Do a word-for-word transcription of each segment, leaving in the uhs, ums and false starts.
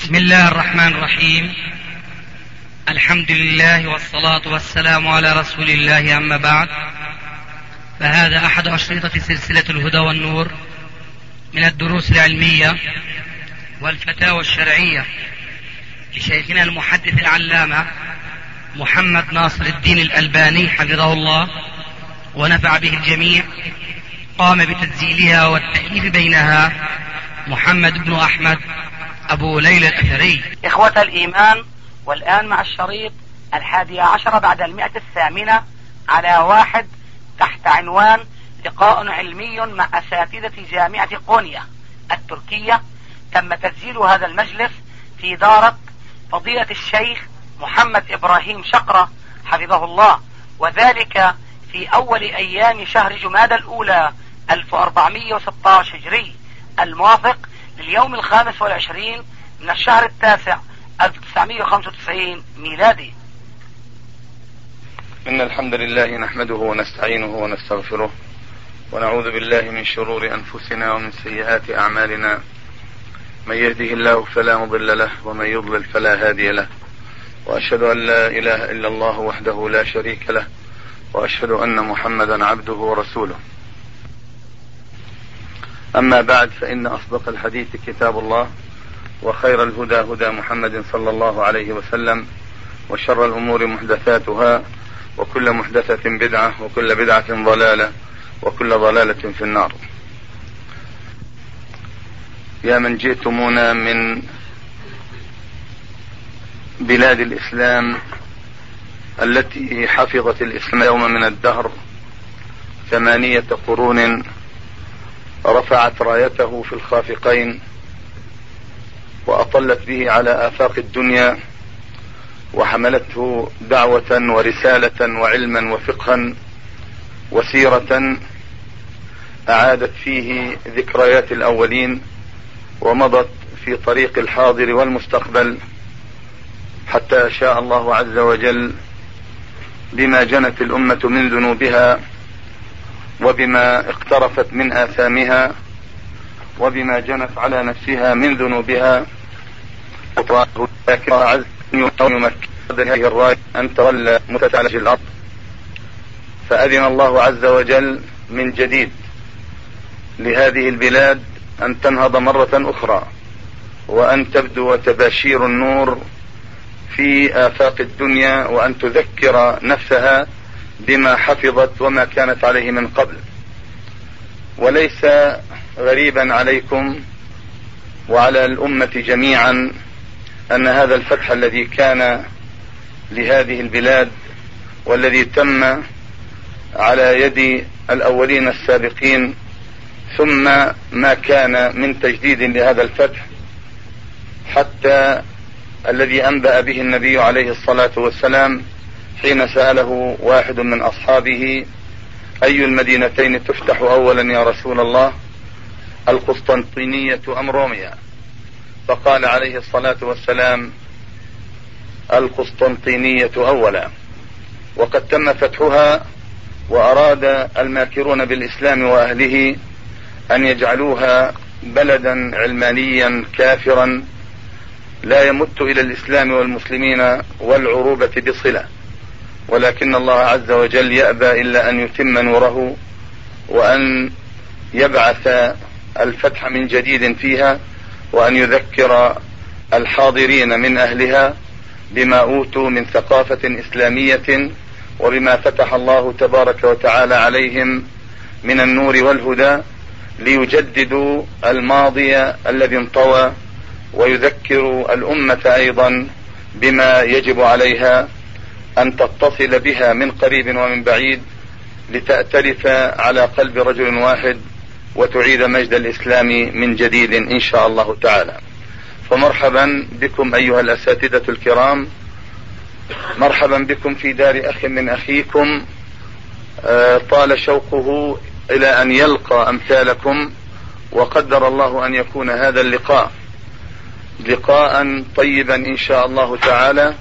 بسم الله الرحمن الرحيم. الحمد لله والصلاة والسلام على رسول الله، أما بعد، فهذا أحد أشرطة سلسلة الهدى والنور من الدروس العلمية والفتاوى الشرعية لشيخنا المحدث العلامة محمد ناصر الدين الألباني حفظه الله ونفع به الجميع. قام بتسجيلها والتأليف بينها محمد بن أحمد أبو ليلى الأثري. إخوة الإيمان، والآن مع الشريط الحادي عشر بعد المئة الثامنة على واحد تحت عنوان لقاء علمي مع أساتذة جامعة قونيا التركية. تم تسجيل هذا المجلس في دارة فضيلة الشيخ محمد إبراهيم شقرة حفظه الله، وذلك في أول أيام شهر جمادى الأولى ألف وأربعمائة وستة عشر هجري، الموافق لليوم الخامس والعشرين من الشهر التاسع ألف وتسعمائة وخمسة وتسعين ميلادي. إن الحمد لله نحمده ونستعينه ونستغفره ونعوذ بالله من شرور أنفسنا ومن سيئات أعمالنا. من يهده الله فلا مضل له ومن يضلل فلا هادي له، وأشهد أن لا إله إلا الله وحده لا شريك له، وأشهد أن محمدا عبده ورسوله. أما بعد، فإن أصدق الحديث كتاب الله، وخير الهدى هدى محمد صلى الله عليه وسلم، وشر الأمور محدثاتها، وكل محدثة بدعة، وكل بدعة ضلالة، وكل ضلالة في النار. يا من جئتمونا من بلاد الإسلام التي حفظت الإسلام يوم من الدهر ثمانية قرون، رفعت رايته في الخافقين وأطلت به على آفاق الدنيا، وحملته دعوة ورسالة وعلما وفقها وسيرة أعادت فيه ذكريات الأولين ومضت في طريق الحاضر والمستقبل، حتى شاء الله عز وجل بما جنت الأمة من ذنوبها، وبما اقترفت من آثامها، وبما جنت على نفسها من ذنوبها، عز هذه الراية أن تولى متسعلج الأرض. فأذن الله عز وجل من جديد لهذه البلاد أن تنهض مرة أخرى، وأن تبدو تباشير النور في آفاق الدنيا، وأن تذكر نفسها بما حفظت وما كانت عليه من قبل. وليس غريبا عليكم وعلى الأمة جميعا أن هذا الفتح الذي كان لهذه البلاد والذي تم على يد الأولين السابقين، ثم ما كان من تجديد لهذا الفتح، حتى الذي أنبأ به النبي عليه الصلاة والسلام حين سأله واحد من أصحابه: أي المدينتين تفتح أولا يا رسول الله، القسطنطينية أم روميا؟ فقال عليه الصلاة والسلام: القسطنطينية أولا. وقد تم فتحها، وأراد الماكرون بالإسلام وأهله أن يجعلوها بلدا علمانيا كافرا لا يمت إلى الإسلام والمسلمين والعروبة بصلة، ولكن الله عز وجل يأبى إلا أن يتم نوره وأن يبعث الفتح من جديد فيها، وأن يذكر الحاضرين من أهلها بما أوتوا من ثقافة إسلامية، وبما فتح الله تبارك وتعالى عليهم من النور والهدى، ليجددوا الماضي الذي انطوى، ويذكروا الأمة أيضا بما يجب عليها أن تتصل بها من قريب ومن بعيد، لتأتلف على قلب رجل واحد، وتعيد مجد الإسلام من جديد إن شاء الله تعالى. فمرحبا بكم أيها الأساتذة الكرام، مرحبا بكم في دار أخ من أخيكم طال شوقه إلى أن يلقى أمثالكم، وقدر الله أن يكون هذا اللقاء لقاء طيبا إن شاء الله تعالى،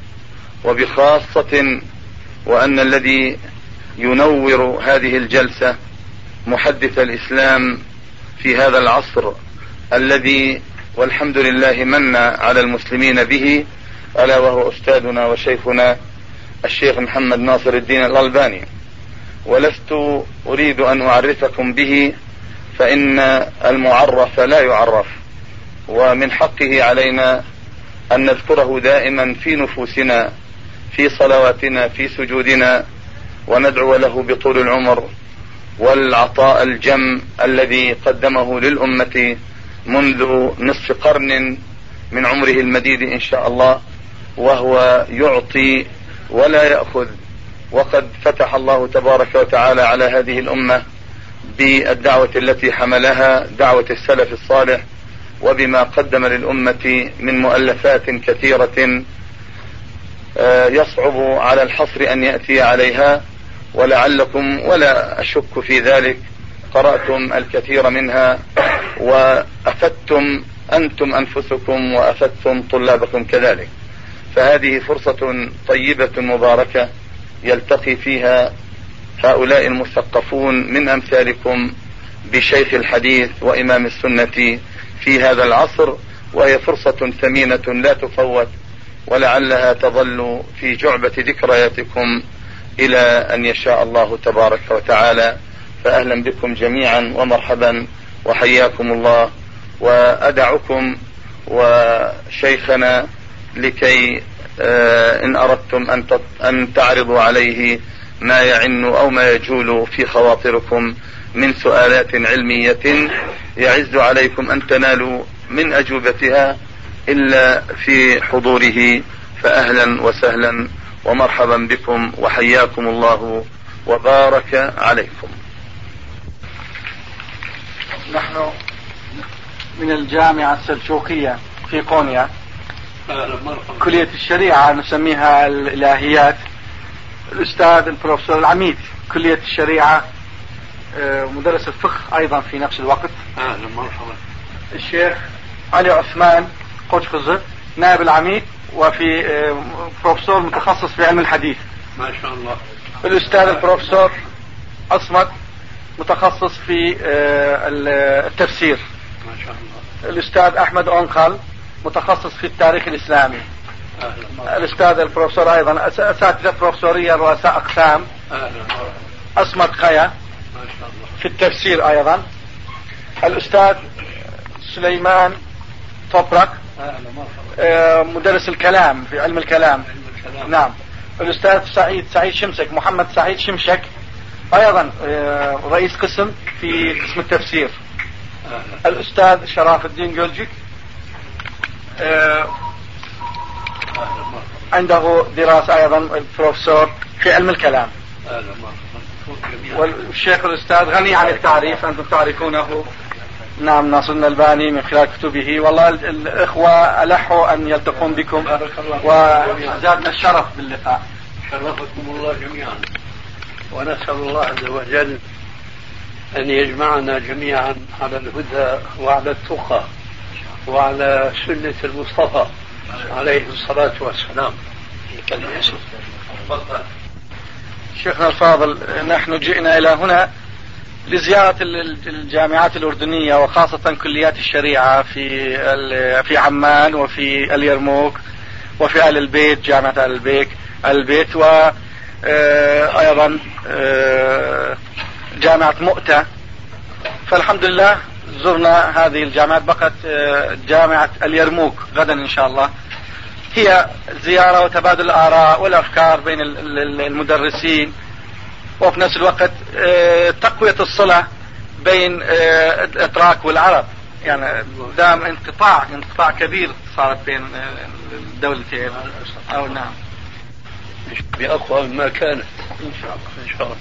وبخاصة وأن الذي ينور هذه الجلسة محدث الإسلام في هذا العصر الذي والحمد لله من على المسلمين به، ألا وهو أستاذنا وشيخنا الشيخ محمد ناصر الدين الألباني. ولست أريد أن أعرفكم به، فإن المعرف لا يعرف، ومن حقه علينا أن نذكره دائما في نفوسنا، في صلواتنا، في سجودنا، وندعو له بطول العمر والعطاء الجم الذي قدمه للأمة منذ نصف قرن من عمره المديد إن شاء الله، وهو يعطي ولا يأخذ. وقد فتح الله تبارك وتعالى على هذه الأمة بالدعوة التي حملها، دعوة السلف الصالح، وبما قدم للأمة من مؤلفات كثيرة يصعب على الحصر أن يأتي عليها، ولعلكم ولا أشك في ذلك قرأتم الكثير منها، وأفدتم أنتم أنفسكم وأفدتم طلابكم كذلك. فهذه فرصة طيبة مباركة يلتقي فيها هؤلاء المثقفون من أمثالكم بشيخ الحديث وإمام السنة في هذا العصر، وهي فرصة ثمينة لا تفوت، ولعلها تظل في جعبة ذكرياتكم إلى أن يشاء الله تبارك وتعالى. فأهلا بكم جميعا ومرحبا وحياكم الله. وأدعكم وشيخنا لكي إن أردتم أن تعرضوا عليه ما يعن أو ما يجول في خواطركم من سؤالات علمية يعز عليكم أن تنالوا من أجوبتها إلا في حضوره، فأهلا وسهلا ومرحبا بكم وحياكم الله وبارك عليكم. نحن من الجامعة السلجوقية في قونيا، كلية الشريعة نسميها الإلهيات. الأستاذ البروفيسور العميد كلية الشريعة، مدرس الفقه أيضا في نفس الوقت. أهلا مرحبا. الشيخ علي عثمان قوش خزر نائب العميد، وفي بروفيسور متخصص في علم الحديث ما شاء الله. الأستاذ البروفيسور أصمت متخصص في التفسير ما شاء الله. الأستاذ أحمد أونقل متخصص في التاريخ الإسلامي. أهلا. الأستاذ البروفيسور أيضا أساتذة بروفيسورية رؤساء أقسام. أهلا. أصمت خيا ما شاء الله في التفسير أيضا. الأستاذ سليمان طبرك مدرس الكلام في علم الكلام. الكلام. نعم. الأستاذ سعيد سعيد شمشك محمد سعيد شمشك أيضا رئيس قسم في قسم التفسير. أهلا. الأستاذ شراف الدين جولجيك عنده دراسة أيضا البروفيسور في علم الكلام. أهلا مرحبا. والشيخ الأستاذ غني عن التعريف، أنتم تعرفونه. نعم، ناصر الألباني من خلال كتبه. والله الإخوة ألحوا أن يلتقون بكم وزادنا الشرف باللقاء. شرفكم الله جميعا، ونسأل الله عز وجل أن يجمعنا جميعا على الهدى وعلى التقى وعلى سنة المصطفى عليه الصلاة والسلام. شيخنا الفاضل، نحن جئنا إلى هنا لزيارة الجامعات الأردنية، وخاصة كليات الشريعة في في عمان وفي اليرموك وفي آل البيت، جامعة آل البيت البيت وأيضا جامعة مؤتة. فالحمد لله زرنا هذه الجامعات. بقت جامعة اليرموك غدا إن شاء الله. هي زيارة وتبادل الآراء والأفكار بين المدرسين، وفي نفس الوقت تقوية الصلة بين الأتراك والعرب. يعني دام انقطاع انقطاع كبير صارت بين الدولتين. أو نعم بأقوى ما كانت إن شاء الله. إن شاء الله.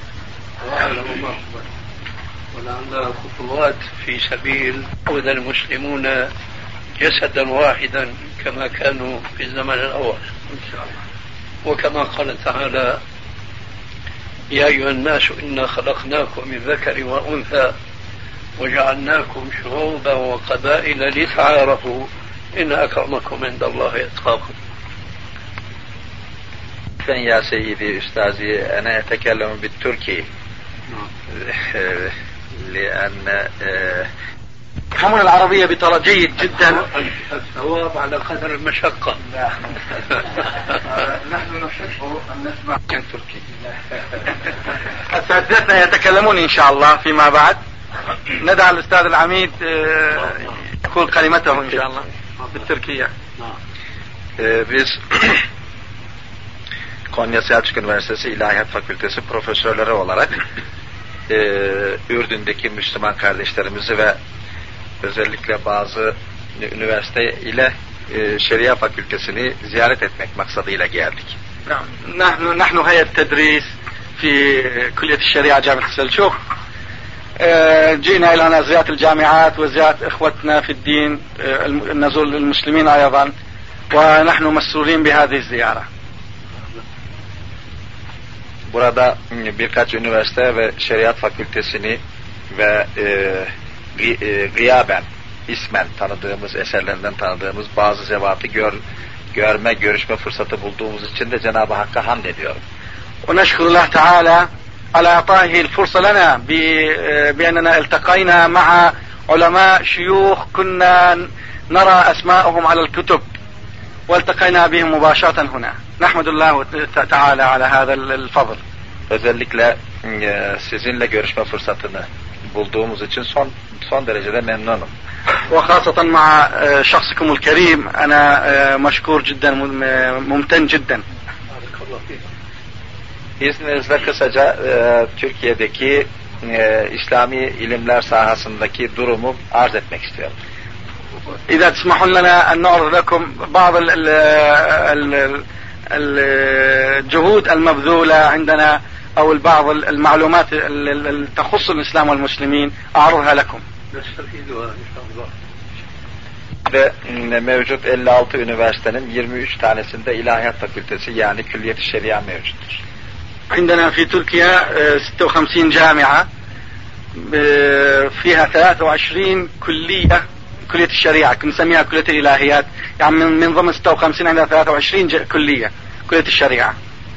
ولعل خطوات في سبيل يكون المسلمون جسدا واحدا كما كانوا في الزمن الأول إن شاء الله. وكما قال تعالى: يا أيها الناس إنا خلقناكم من ذكر وأنثى وجعلناكم شعوبا وقبائل لتعارفوا إن أكرمكم عند الله يتقاكم. يا سيدي أستاذي، أنا أتكلم بالتركي لأن يفهمون العربية بطريقة جيد جدا. الثواب على قدر المشقة. نحن نحب أن نسمع كان تركي. أساتذتنا يتكلمون إن شاء الله فيما بعد. ندعى الأستاذ العميد يقول كلمته إن شاء الله بالتركية. Biz Konya Selçuk Üniversitesi İlahiyat Fakültesi profesörleri olarak e, Ürdün'deki Müslüman kardeşlerimizi ve özellikle bazı üniversite ile e, Şeria Fakültesini ziyaret etmek maksadıyla geldik. نحن نحن هيئة تدريس في كلية الشريعة جامعة السلجوق. جئنا إلى هنا زيارة الجامعات وزيارة إخوتنا في الدين نزور المسلمين أيضا ونحن مسرورين بهذه الزيارة. Burada birkaç üniversite ve şeriat fakültesini ve e, e, gıyaben, ismen tanıdığımız, eserlerinden tanıdığımız bazı zevatı gör, görme, görüşme fırsatı bulduğumuz için de Cenab-ı Hakk'a hamd ediyorum. ونشكر الله تعالى على إعطائه الفرصة لنا بأننا التقينا مع علماء شيوخ كنا نرى أسماءهم على الكتب والتقينا بهم مباشرة هنا. نحمد الله تعالى على هذا الفضل. Özellikle e, sizinle görüşme fırsatını bulduğumuz için son son derecede memnunum. وخاصة مع شخصكم الكريم أنا مشكور جدا ممتن جدا. İzninizle kısaca e, Türkiye'deki e, İslami ilimler sahasındaki durumu arz etmek istiyorum. إذا تسمحون لنا أن نعرض لكم بعض الجهود المبذولة عندنا أو بعض المعلومات التي تخص الإسلام والمسلمين أعرضها لكم. Ve mevcut elli altı üniversitenin yirmi üç tanesinde ilahiyat fakültesi yani külliyet-i şeria mevcuttur. عندنا في تركيا ستة وخمسين جامعة فيها ثلاثة وعشرين كلية كلية الشريعة نسميها كلية الإلهيات يعني من من ضمن ستة وخمسين عندنا ثلاثة وعشرين كلية كلية الشريعة.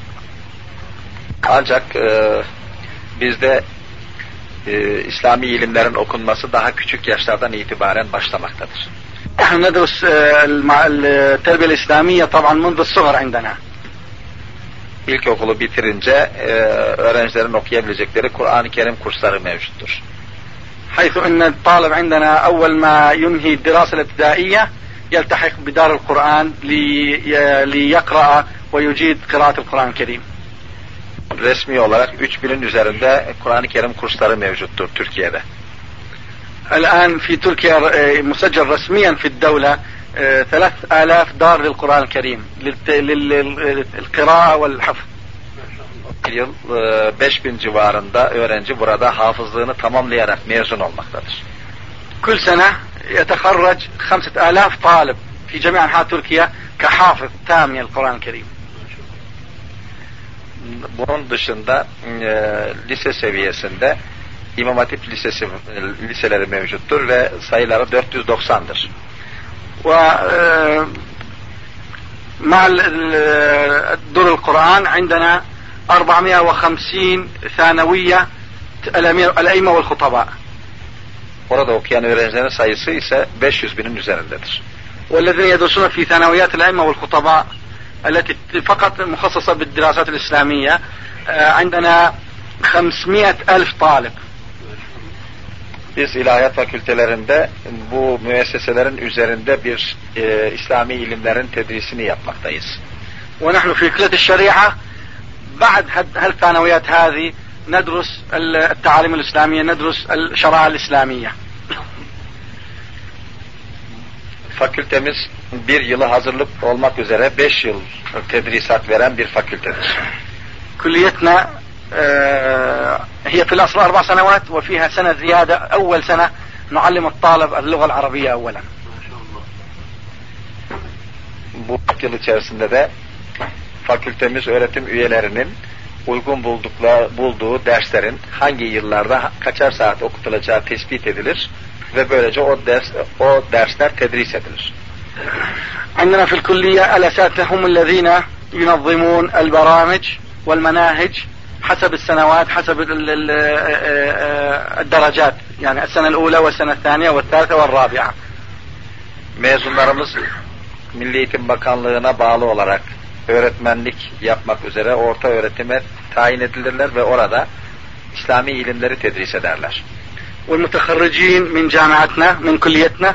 Ancak e, bizde e, İslami ilimlerin okunması daha küçük yaşlardan itibaren başlamaktadır. نحن ندرس التربية الإسلامية طبعا منذ الصغر عندنا. İlkokulu bitirince e, öğrencilerin okuyabilecekleri Kur'an-ı Kerim kursları mevcuttur. حيث أن الطالب عندنا أول ما ينهي الدراسة الابتدائية يلتحق بدار القرآن ليقرأ ويجيد قراءة القرآن الكريم. Resmi olarak üç binin üzerinde Kur'an-ı Kerim kursları mevcuttur Türkiye'de. الآن في تركيا مسجل رسميا في الدولة ثلاث آلاف دار للقرآن الكريم للقراءة والحفظ. Yıl beş bin civarında öğrenci burada hafızlığını tamamlayarak mezun olmaktadır. كل سنة يتخرج خمسة آلاف طالب في جميع أنحاء تركيا كحافظ تام للقرآن الكريم. Bunun dışında e, lise seviyesinde İmam Hatip Lisesi liseleri mevcuttur ve sayıları dört yüz doksandır. ومع دور القرآن عندنا أربعمائة وخمسين ثانوية الأئمة والخطباء. Orada okuyan öğrencilerin sayısı ise beş yüz binin üzerindedir. والذين يدرسون في ثانويات الأئمة والخطباء التي فقط مخصصة بالدراسات الإسلامية عندنا خمسمائة ألف طالب. Biz ilahiyat fakültelerinde bu müesseselerin üzerinde bir e, İslami ilimlerin tedrisini yapmaktayız. ونحن في كلية الشريعة بعد هالثانويات هذه ندرس التعاليم الإسلامية ندرس الشرائع الإسلامية. Fakültemiz bir yılı hazırlık olmak üzere beş yıl tedrisat veren bir fakültedir. كليتنا هي في الأصل أربع سنوات وفيها سنة زيادة أول سنة نعلم الطالب اللغة العربية أولا. Bu yıl içerisinde de fakültemiz öğretim üyelerinin uygun buldukları, bulduğu derslerin hangi yıllarda kaçar saat okutulacağı tespit edilir ve böylece o ders o dersler tedris edilir. عندنا في الكلية الأساتذة هم الذين ينظمون البرامج والمناهج حسب السنوات حسب الدرجات يعني السنة الأولى والسنة الثانية والثالثة والرابعة. Mezunlarımız Milli Eğitim Bakanlığı'na bağlı olarak öğretmenlik yapmak üzere orta öğretime tayin edilirler ve orada İslami ilimleri tedris ederler. والمتخرجين من جامعتنا من كليتنا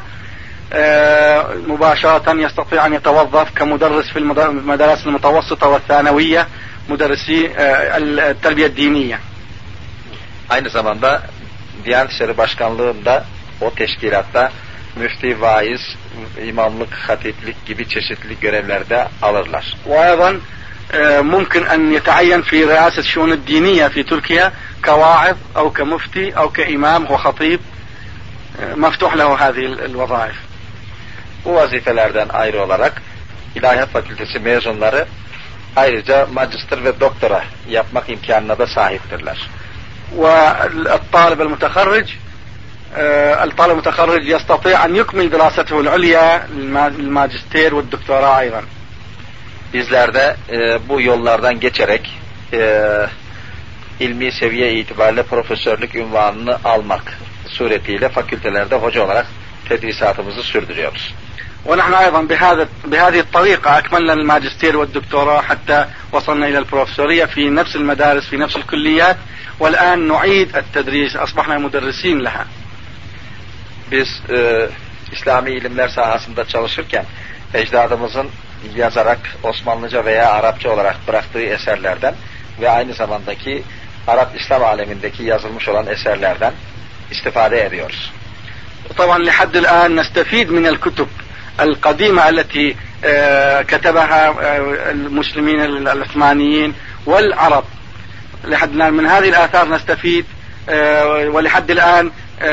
مباشرة يستطيع أن يتوظف كمدرس في المدارس المتوسطة والثانوية مدرسي التربية الدينية. Aynı zamanda Diyanet İşleri Başkanlığı'nda o teşkilatta müfti, vaiz, imamlık, hatiplik gibi çeşitli görevlerde alırlar. وأيضا ممكن أن يتعين في رئاسة الشؤون الدينية في تركيا كواعظ أو كمفتي أو كإمام وخطيب مفتوح له هذه الوظائف. Bu vazifelerden ayrı olarak İlahiyat Fakültesi mezunları ayrıca magister ve doktora yapmak imkanına da sahiptirler. والطالب المتخرج الطالب المتخرج يستطيع أن يكمل دراسته العليا الماجستير والدكتوراه أيضا. Bizler de e, bu yollardan geçerek e, ilmi seviye itibariyle profesörlük unvanını almak suretiyle fakültelerde hoca olarak tedrisatımızı sürdürüyoruz. ونحن أيضا بهذا بهذه الطريقة أكملنا الماجستير والدكتوراه حتى وصلنا إلى البروفيسورية في نفس المدارس في نفس الكليات والآن نعيد التدريس أصبحنا مدرسين لها. Biz e, İslami ilimler sahasında çalışırken ecdadımızın yazarak Osmanlıca veya Arapça olarak bıraktığı eserlerden ve aynı zamandaki Arap İslam alemindeki yazılmış olan eserlerden istifade ediyoruz. طبعا لحد الآن نستفيد من الكتب القديمة التي كتبها المسلمين العثمانيين والعرب. لحد الآن من هذه الآثار نستفيد ولحد الآن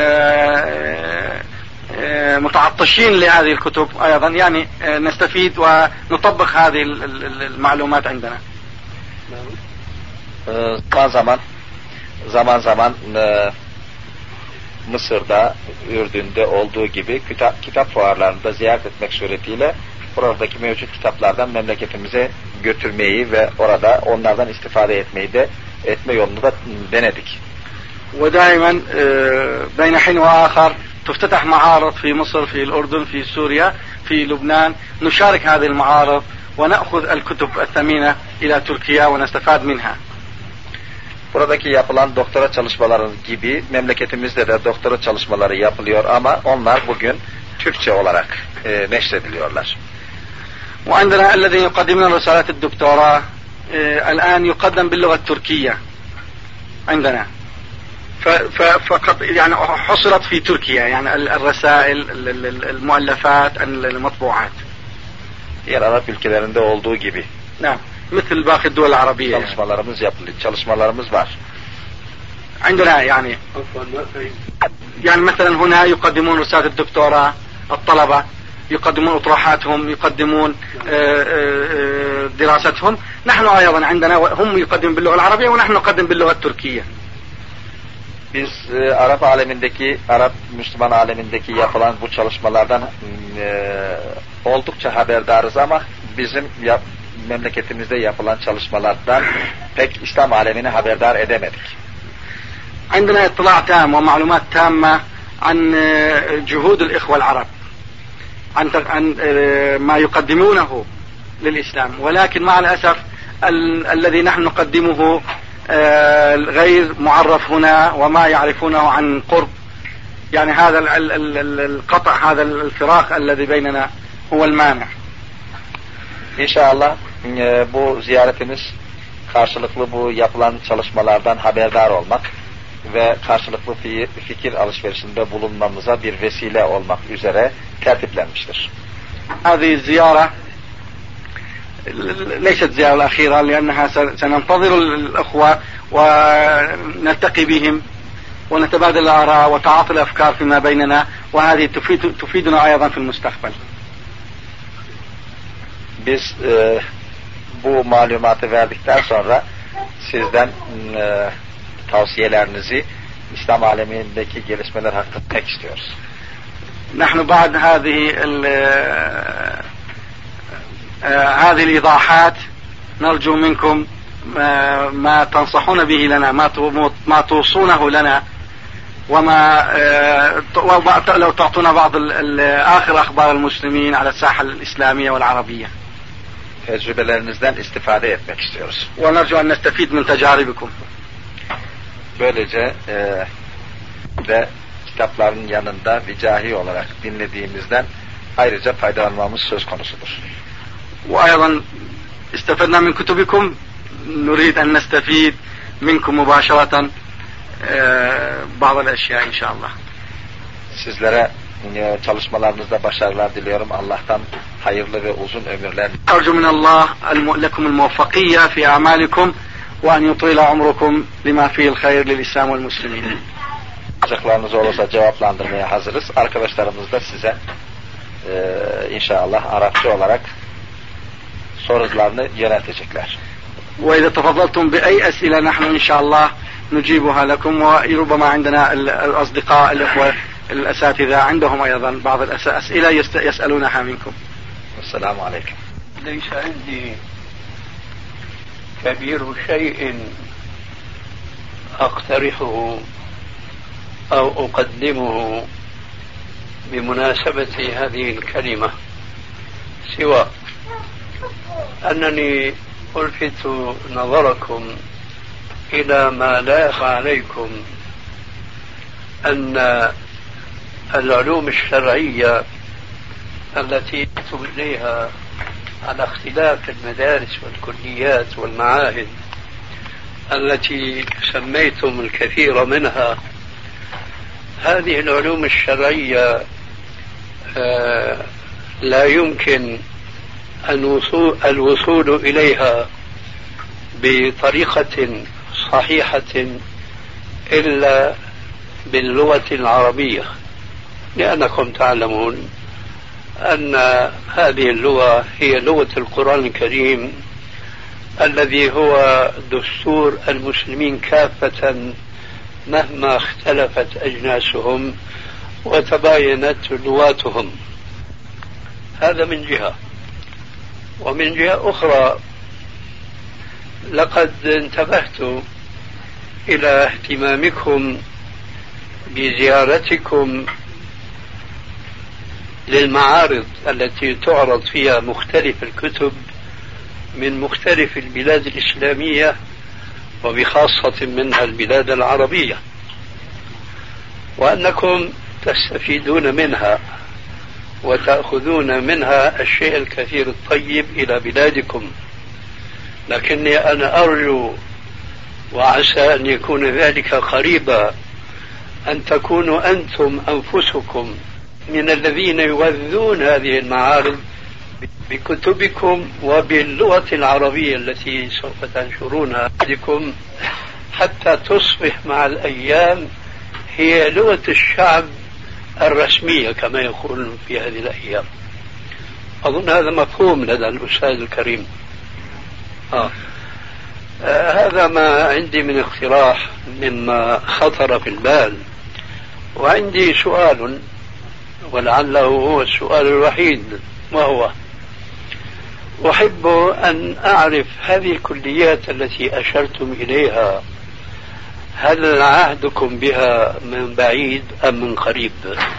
متعطشين لهذه الكتب أيضا يعني نستفيد ونطبق هذه المعلومات عندنا. Zaman zaman zaman zaman Mısır'da, Ürdün'de olduğu gibi kitap, kitap fuarlarında ziyaret etmek suretiyle oradaki mevcut kitaplardan memleketimize götürmeyi ve orada onlardan istifade etmeyi de etme yolunu da denedik. ودائما بين حين وآخر تفتتح معارض في مصر في الأردن في سوريا في لبنان نشارك هذه المعارض ونأخذ الكتب الثمينة إلى تركيا ونستفاد منها. Buradaki yapılan doktora çalışmaları gibi memleketimizde de doktora çalışmaları yapılıyor ama onlar bugün Türkçe olarak e, neşrediliyorlar. وعندنا الذين يقدمون رسالات الدكتوراه الآن يقدم باللغة التركية عندنا. فقط يعني حصلت في تركيا يعني الرسائل المؤلفات المطبوعات. Diğer Arap ülkelerinde olduğu gibi. نعم. مثل باقي الدول العربية. Çalışmalarımız yapılıyor. Çalışmalarımız var. عندنا يعني يعني مثلا هنا يقدمون رسالة الدكتوراه الطلبة يقدمون أطروحاتهم يقدمون دراستهم. نحن أيضا عندنا هم يقدمون باللغة العربية ونحن نقدم باللغة التركية. Biz e, Arap alemindeki, Arap Müslüman alemindeki yapılan bu çalışmalardan e, oldukça haberdarız ama bizim yap, memleketimizde yapılan çalışmalardan pek İslam alemini haberdar edemedik. عندنا اطلاع تام ومعلومات تامة عن جهود الإخوة العرب عن عن ما يقدمونه للإسلام ولكن مع الأسف الذي نحن نقدمه غير معرف هنا وما يعرفونه عن قرب يعني هذا القطع هذا الفراق الذي بيننا هو المانع. İnşallah bu ziyaretimiz karşılıklı bu yapılan çalışmalardan haberdar olmak ve karşılıklı fikir alışverişinde bulunmamıza bir vesile olmak üzere tertiplenmiştir. هذه الزيارة ليست زيارة الأخيرة لأنها سننتظر الأخوة ونلتقي بهم ونتبادل الآراء وتعاطي الأفكار فيما بيننا وهذه تفيد تفيدنا أيضا في المستقبل. Biz e, bu malumatı verdikten sonra sizden e, tavsiyelerinizi İslam alemindeki gelişmeler hakkında pek istiyoruz. نحن بعد هذه هذه الإيضاحات نرجو منكم ما تنصحون به لنا ما ما توصونه لنا وما لو تعطونا بعض آخر أخبار المسلمين على الساحة الإسلامية والعربية. Tecrübelerinizden istifade etmek istiyoruz. ونرجو أن نستفيد من تجاربكم. Böylece e, ve kitapların yanında vicahi olarak dinlediğimizden ayrıca faydalanmamız söz konusudur. وأيضا استفدنا من كتبكم نريد أن نستفيد منكم مباشرة بعض الأشياء إن شاء الله. Sizlere çalışmalarınızda başarılar diliyorum. Allah'tan hayırlı ve uzun ömürler. أرجو من الله لكم الموفقية في أعمالكم وأن يطيل عمركم لما فيه الخير للإسلام والمسلمين. Acıklarınız olursa cevaplandırmaya hazırız. Arkadaşlarımız da size e, inşallah Arapça olarak sorularını yöneltecekler. وإذا تفضلتم بأي أسئلة نحن إن شاء الله نجيبها لكم وربما عندنا الأصدقاء الأخوة الأساتذة عندهم أيضا بعض الأسئلة يسألونها منكم. السلام عليكم. ليس عندي كبير شيء أقترحه أو أقدمه بمناسبة هذه الكلمة سوى أنني ألفت نظركم إلى ما لا يخفى عليكم أن العلوم الشرعية التي يكتب إليها على اختلاف المدارس والكليات والمعاهد التي سميتم الكثير منها، هذه العلوم الشرعية لا يمكن الوصول إليها بطريقة صحيحة إلا باللغة العربية، لأنكم تعلمون أن هذه اللغة هي لغة القرآن الكريم الذي هو دستور المسلمين كافة مهما اختلفت أجناسهم وتباينت لغاتهم. هذا من جهة. ومن جهة أخرى لقد انتبهت إلى اهتمامكم بزيارتكم للمعارض التي تعرض فيها مختلف الكتب من مختلف البلاد الإسلامية وبخاصة منها البلاد العربية، وأنكم تستفيدون منها وتأخذون منها الشيء الكثير الطيب إلى بلادكم. لكني أنا أرجو وعسى أن يكون ذلك قريبا أن تكونوا أنتم أنفسكم من الذين يغذون هذه المعارض بكتبكم وباللغة العربية التي سوف تنشرونها لكم حتى تصبح مع الأيام هي لغة الشعب الرسمية كما يقولون في هذه الأيام. أظن هذا مفهوم لدى الأستاذ الكريم. آه. آه هذا ما عندي من اقتراح مما خطر في البال. وعندي سؤال ولعله هو السؤال الوحيد، وهو أحب أن أعرف هذه الكليات التي أشرتم إليها هل عهدكم بها من بعيد أم من قريب؟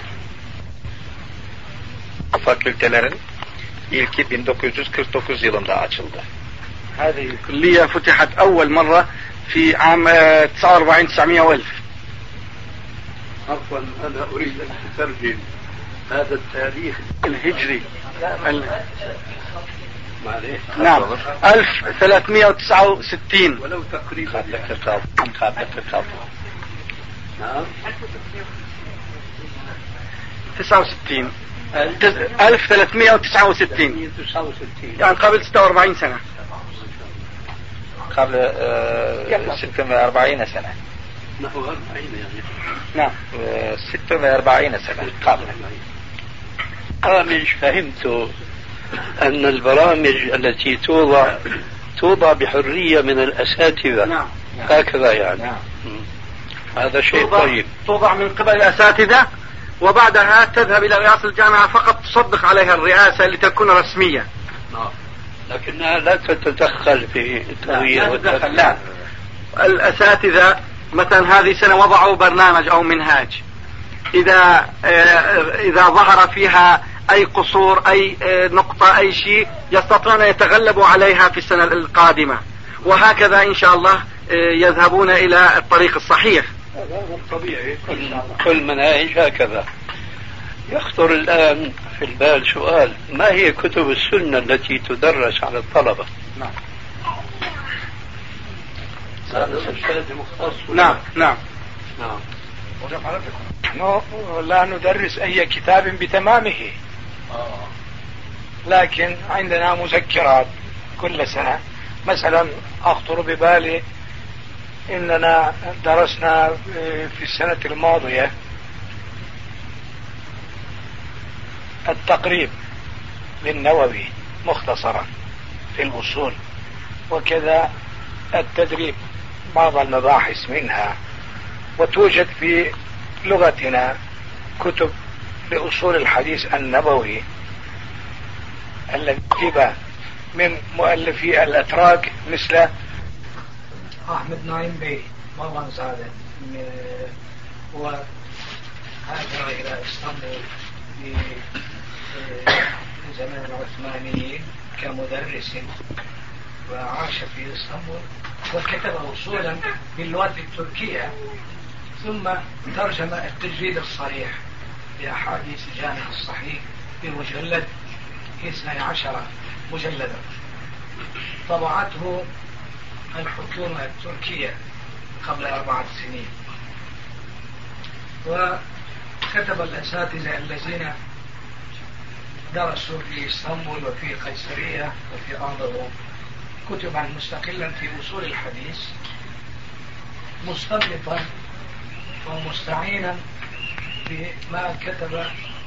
Fakültelerin ilki bin dokuz yüz kırk dokuz yılında açıldı. هذه الكلية فتحت أول مرة في عام تسعة وأربعين تسعمائة وألف. عفوا أنا أريد أن أترجم هذا التاريخ الهجري. نعم ألف وثلاثمائة وتسعة وستين ولو تقريبا. نعم تسعة وستين ألف وثلاثمائة وتسعة وستين يعني قبل ستة وأربعين سنة. قبل ستة وأربعين سنة. نعم ستة وأربعين سنة قبل. برامج فهمت أن البرامج التي توضع توضع بحرية من الأساتذة. نعم. هكذا يعني. نعم. هذا شيء توضع طيب. توضع من قبل الأساتذة وبعدها تذهب إلى رئاسة الجامعة فقط تصدق عليها الرئاسة لتكون رسمية. نعم. لكنها لا تتدخل في التغيير والتغيير. لا. الأساتذة مثلا هذه سنة وضعوا برنامج أو منهاج، إذا إذا ظهر فيها أي قصور أي نقطة أي شيء يستطيعون أن يتغلبوا عليها في السنة القادمة، وهكذا إن شاء الله يذهبون إلى الطريق الصحيح. هذا طبيعي، كل مناهج هكذا. يخطر الآن في البال سؤال: ما هي كتب السنة التي تدرس على الطلبة؟ نعم نعم نعم نعم. نحن لا ندرس أي كتاب بتمامه، لكن عندنا مذكرات كل سنة. مثلا أخطر ببالي إننا درسنا في السنة الماضية التقريب للنووي مختصرا في الأصول، وكذا التدريب بعض المباحث منها. وتوجد في لغتنا كتب لأصول الحديث النبوي الذي كتب من مؤلفي الأتراك مثل أحمد نعيم بي مرغن سعادة، وهاجر إلى إسطنبول في زمان العثمانيين كمدرس وعاش في إسطنبول، وكتب أصولا باللغة التركية، ثم ترجم التجريد الصريح لأحاديث جامع الصحيح بمجلد اثني عشر مجلدا، طبعته الحكومة التركية قبل أربعة سنين. وكتب الأساتذة الذين درسوا في اسطنبول وفي قيصرية وفي أنظرو كتبا مستقلا في أصول الحديث، مستنبطا ومستعينا بما كتب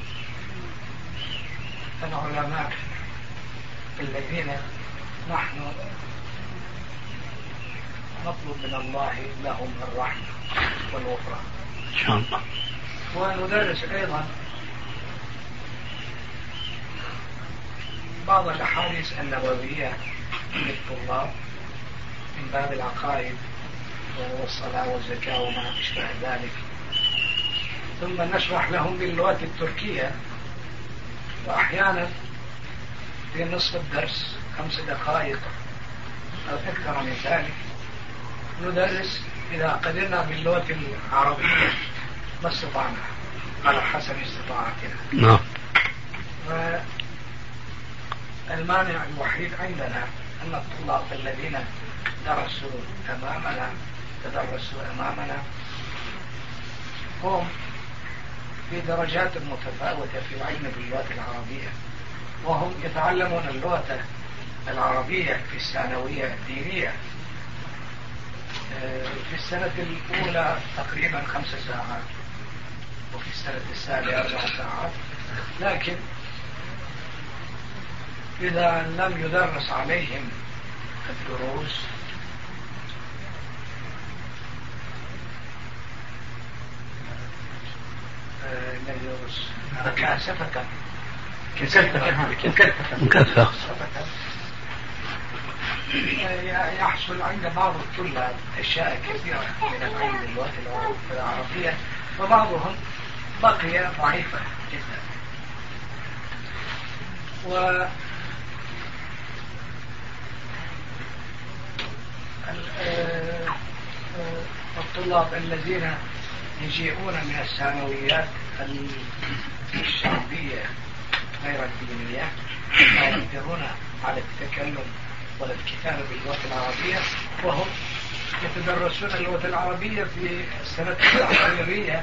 العلماء الذين نحن نطلب من الله لهم الرحمة والغفران إن شاء الله. وندرس أيضا بعض الأحاديث النبوية للطلاب من باب العقائد والصلاة والزكاة وما أشبه ذلك، ثم نشرح لهم باللغة التركية. وأحيانا في نصف الدرس خمس دقائق أو أكثر من ذلك ندرس إذا قدرنا باللغة العربية ما استطعنا على حسب استطاعتنا. نعم. والمانع الوحيد عندنا أن الطلاب الذين درسوا أمامنا تدرسوا أمامنا هم في درجات متفاوتة في العلم باللغة العربية، وهم يتعلمون اللغة العربية في الثانوية الدينية في السنة الأولى تقريبا خمس ساعات، وفي السنة الثانية أربع ساعات. لكن إذا لم يدرس عليهم الدروس ندرس مكاسفة مكافأة يحصل عند بعض الطلاب أشياء كثيرة من العلم باللغة العربية، وبعضهم بقي ضعيفا جدا. و الطلاب الذين يجيئون من الثانويات الشعبية غير الدينية لا يقدرون على التكلم ولا الكتابة باللغة العربية، وهم يتدرسون اللغة العربية في السنة التحضيرية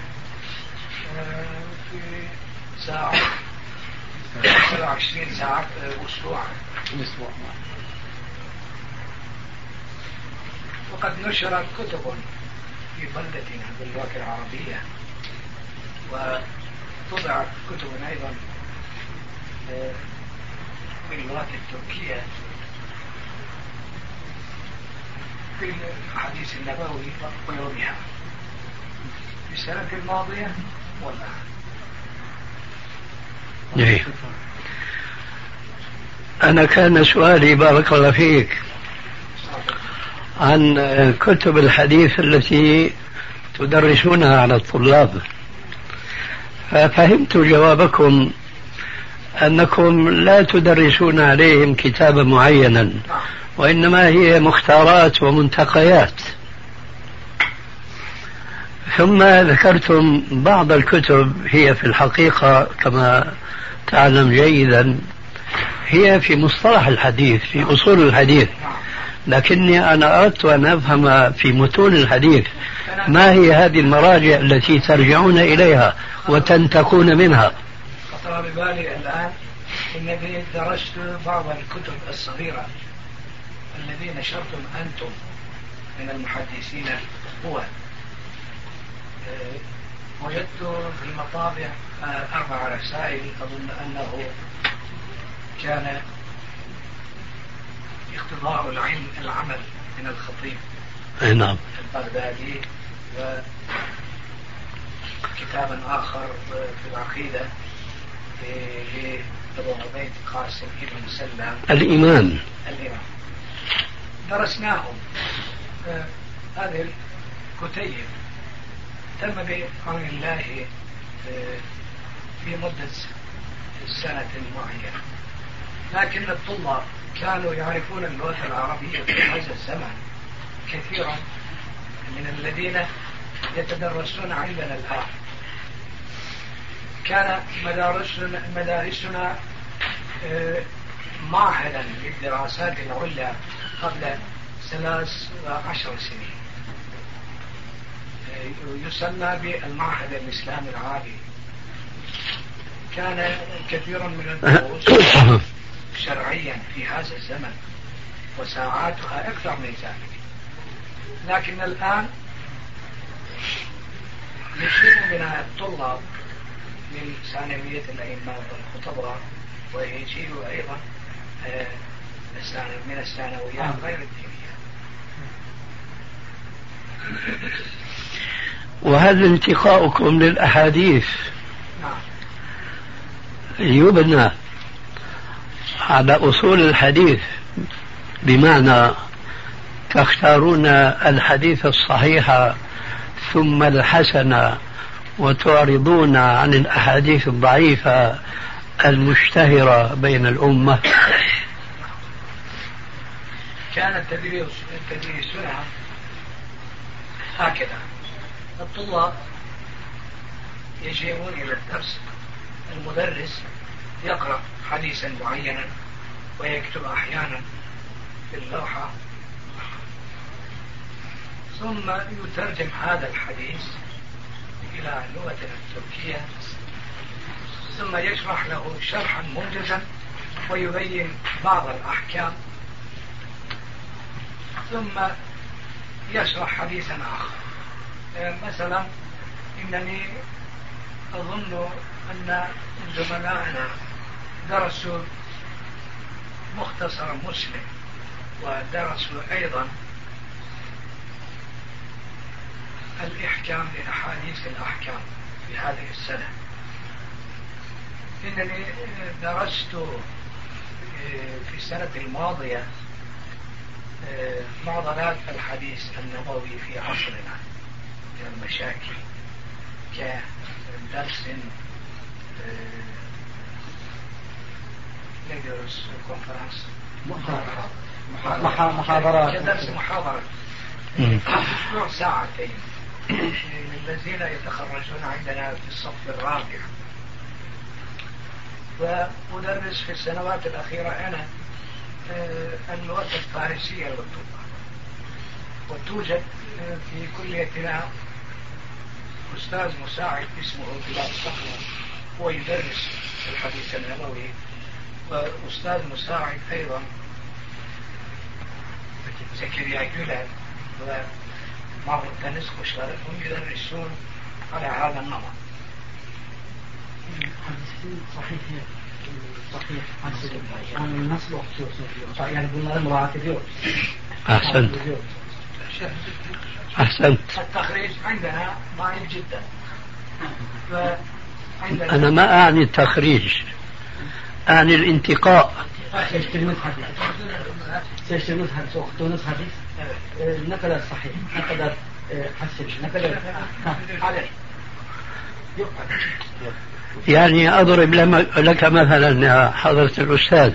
في ساعة سبعة وعشرين ساعة أسبوعا. وقد نشرت كتب في بلدتنا باللغة العربية، وطبعت كتب أيضا باللغة التركية في الحديث النبوي وغيرها في السنة الماضية والآن. جميل. أنا كان سؤالي بارك الله فيك عن كتب الحديث التي تدرسونها على الطلاب، ففهمت جوابكم أنكم لا تدرسون عليهم كتابا معينا، وإنما هي مختارات ومنتقيات. ثم ذكرتم بعض الكتب هي في الحقيقة كما تعلم جيدا هي في مصطلح الحديث، في أصول الحديث، لكني أنا أردت أن أفهم في متون الحديث ما هي هذه المراجع التي ترجعون إليها وتنتقون منها. خطر ببالي الآن إنني درست بعض الكتب الصغيرة الذي نشرتم أنتم من المحدثين. هو وجدت في المطابع أربع رسائل أظن أنه كان اختبار العلم العمل من الخطيب نعم البغدادي، وكتابا آخر في العقيدة لأبو عبيد قاسم بن سلام الإمام الإمام درسناهم. هذه الكتيب تم بعون الله في مدة سنة معينة، لكن الطلاب كانوا يعرفون اللغة العربية في هذا الزمن كثيرا من الذين يتدرسون عندنا الآن. كان مدارسنا, مدارسنا معهدا للدراسات العليا قبل ثلاث وعشر سنين، يسمى بالمعهد الإسلامي العالي. كان كثير من الدروس شرعيا في هذا الزمن وساعاتها أكثر من ذلك، لكن الآن يصير من الطلاب من ثانوية الأئمة والخطباء ويجيء أيضا من الثانويات غير الدينية. وهل انتقاؤكم للأحاديث يبنى على أصول الحديث، بمعنى تختارون الحديث الصحيح ثم الحسن وتعرضون عن الأحاديث الضعيفة المشتهرة بين الأمة؟ كان التدريس تدريسنا هكذا: الطلاب يجيئون إلى الدرس، المدرس يقرأ حديثا معينا ويكتب أحيانا في اللوحة، ثم يترجم هذا الحديث إلى اللغة التركية، ثم يشرح له شرحا موجزا ويبين بعض الأحكام، ثم يشرح حديثا آخر. مثلا إنني أظن أن زملائنا درسوا مختصر مسلم ودرسوا أيضا الإحكام لأحاديث الأحكام في هذه السنة. إنني درست في السنة الماضية معضلات الحديث النبوي في عصرنا من المشاكل كدرس ندرس كونفرنس محاضرة كدرس محاضرة أسبوع ساعتين للذين يتخرجون عندنا في الصف الرابع. وأدرس في السنوات الأخيرة أنا اللغة الفارسية للطلاب، وتوجد في كليتنا أستاذ مساعد اسمه بلال صخرة، هو يدرس الحديث النبوي، وأستاذ مساعد أيضا زكريا جلال ومعرض تنس خشغل، هم يدرسون على هذا النمط. صحيح صحيح عن النصب يعني قلنا المراعاة اليوم. أحسنت أحسنت. التخريج عندنا ضعيف جدا. أنا ما أعني التخريج، أعني الانتقاء. seçtiğimiz hadis, seçtiğimiz hadis, okuduğunuz hadis e, ne kadar sahih, ne kadar e, hasen, ne kadar ha, hadi. Yok hadi. يعني أضرب لك مثلا يا حضرة الأستاذ،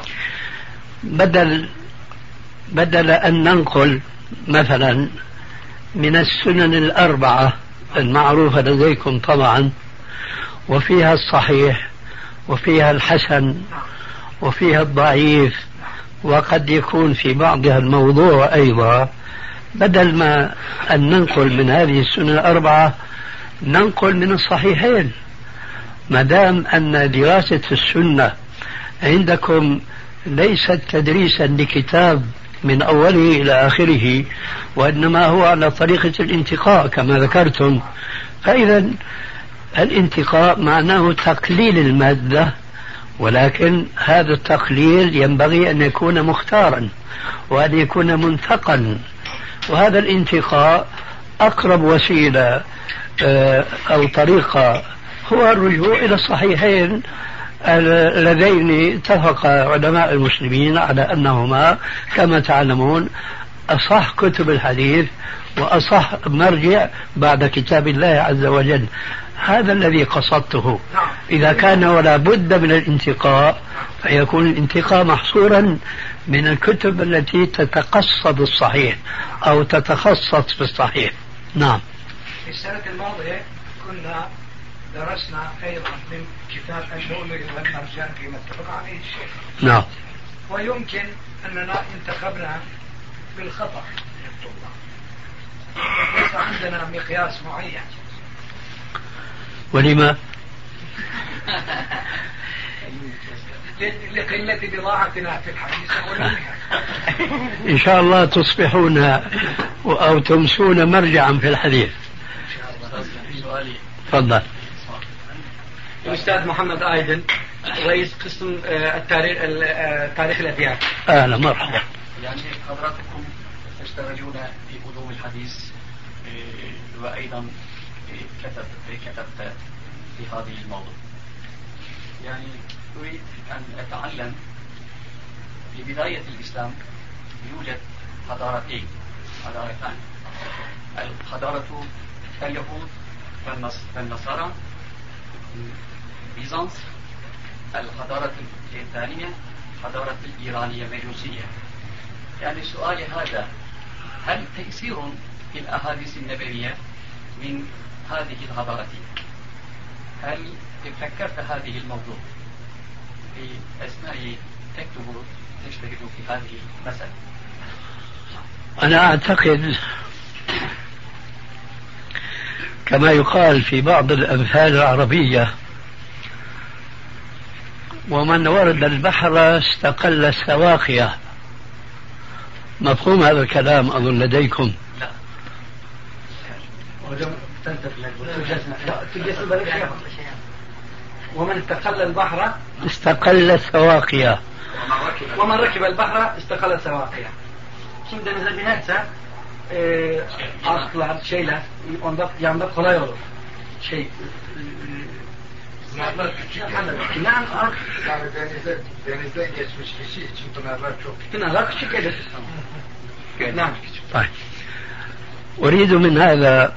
بدل بدل أن ننقل مثلا من السنن الأربعة المعروفة لديكم طبعا، وفيها الصحيح وفيها الحسن وفيها الضعيف وقد يكون في بعضها الموضوع أيضا، بدل ما أن ننقل من هذه السنن الأربعة ننقل من الصحيحين. ما دام أن دراسة السنة عندكم ليست تدريسا لكتاب من أوله إلى آخره، وإنما هو على طريقة الانتقاء كما ذكرتم، فإذا الانتقاء معناه تقليل المادة، ولكن هذا التقليل ينبغي أن يكون مختارا وأن يكون منتقا، وهذا الانتقاء أقرب وسيلة أو طريقة هو الرجوع إلى الصحيحين اللذين اتفق علماء المسلمين على أنهما كما تعلمون أصح كتب الحديث وأصح مرجع بعد كتاب الله عز وجل. هذا الذي قصدته. إذا كان ولا بد من الانتقاء فيكون الانتقاء محصورا من الكتب التي تتقصد الصحيح أو تتخصص في الصحيح. نعم. في السنة الماضية كنا درسنا أيضا من كتاب اللؤلؤ والمرجان فيما اتفق عليه الشيخ. نعم. ويمكن أننا انتخبنا بالخطأ من الطلاب، ليس عندنا مقياس معين. ولما؟ لقلة بضاعتنا في الحديث والمنكر. إن شاء الله تصبحون أو تمسون مرجعا في الحديث. تفضل. الأستاذ محمد آيدن، رئيس قسم التاريخ تاريخ الأديان. أهلا مرحبا. يعني حضراتكم تشتغلون في علوم الحديث وأيضا كتب كتبت في هذه الموضوع. يعني أريد أن أتعلم في بداية الإسلام يوجد حضارتين حضارتان، الحضارة اليهود والنصارى بيزنطة، الحضارة الثانية حضارة الإيرانية مجوسية. يعني سؤالي هذا، هل تأثير في الأحاديث النبوية من هذه الحضارتين؟ هل فكرت هذه الموضوع في أثناء تكتب تجتهد في هذه المسألة؟ أنا أعتقد كما يقال في بعض الأمثال العربية: ومن ورد البحر استقل السواقية. مفهوم هذا الكلام أظن لديكم؟ لا. ومن استقل البحر استقل السواقية. ومن ركب البحر استقل السواقية. Şimdi denize binerse e, arklar, şeyler onda yanında kolay olur. Şey pınarlar küçük. Pınar ark. Yani denize, denizden geçmiş kişi için pınarlar çok küçük. Pınarlar küçük gelir. نعم. طيب. أريد من هذا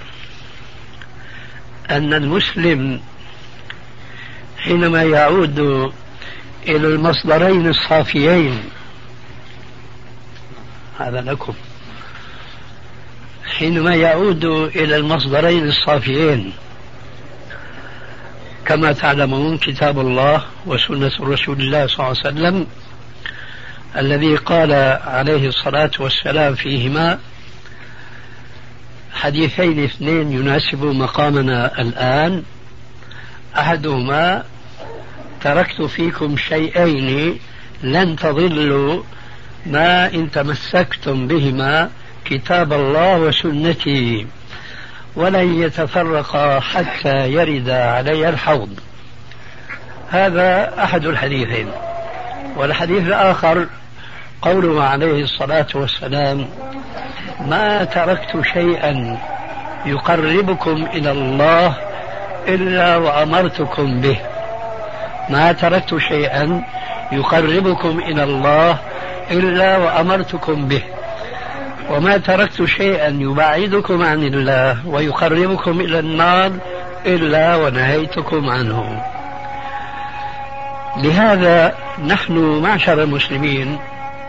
أن المسلم حينما يعود إلى المصدرين الصافيين، هذا لكم، حينما يعود إلى المصدرين الصافيين كما تعلمون كتاب الله وسنة رسول الله صلى الله عليه وسلم الذي قال عليه الصلاة والسلام فيهما حديثين اثنين يناسب مقامنا الآن. أحدهما: تركت فيكم شيئين لن تضلوا ما إن تمسكتم بهما، كتاب الله وسنتي، ولن يتفرقا حتى يرد علي الحوض. هذا أحد الحديثين. والحديث الآخر قوله عليه الصلاة والسلام: ما تركت شيئا يقربكم إلى الله إلا وأمرتكم به. ما تركت شيئا يقربكم إلى الله إلا وأمرتكم به، وما تركت شيئا يبعدكم عن الله ويقربكم إلى النار إلا ونهيتكم عنه. لهذا نحن معشر المسلمين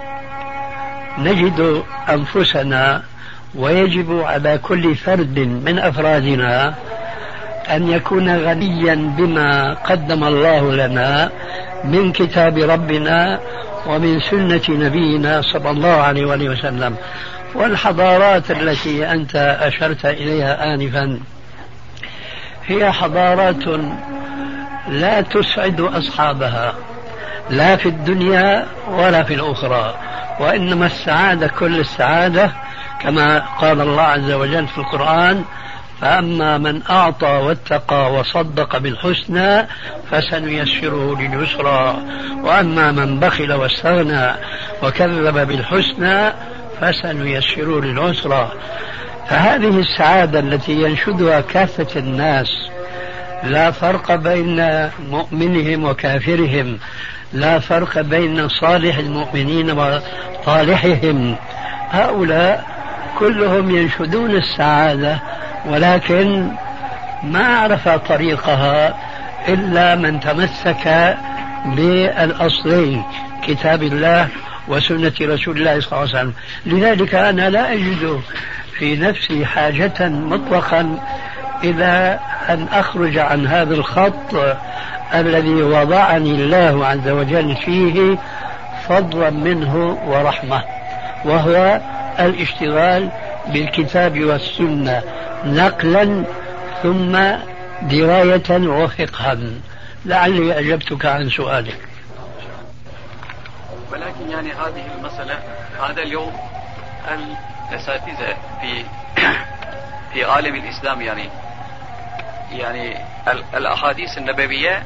نجد أنفسنا، ويجب على كل فرد من أفرادنا أن يكون غنيا بما قدم الله لنا من كتاب ربنا ومن سنة نبينا صلى الله عليه وآله وسلم. والحضارات التي أنت أشرت إليها آنفا هي حضارات لا تسعد أصحابها لا في الدنيا ولا في الأخرى، وإنما السعادة كل السعادة كما قال الله عز وجل في القرآن: فأما من أعطى واتقى وصدق بالحسنى فسنيسره لليسرى، وأما من بخل واستغنى وكذب بالحسنى فسنيسره للعسرى. فهذه السعادة التي ينشدها كافة الناس، لا فرق بين مؤمنهم وكافرهم، لا فرق بين صالح المؤمنين وطالحهم، هؤلاء كلهم ينشدون السعادة، ولكن ما عرف طريقها إلا من تمسك بالأصلين كتاب الله وسنة رسول الله صلى الله عليه وسلم. لذلك أنا لا أجد في نفسي حاجة مطلقا إلى أن أخرج عن هذا الخط الذي وضعني الله عز وجل فيه فضلا منه ورحمة، وهو الاشتغال بالكتاب والسنة نقلا ثم دراية وفقها. لعلي أجبتك عن سؤالك. ولكن يعني هذه المسألة، هذا اليوم الأساتذة في في عالم الإسلام يعني يعني الأحاديث النبوية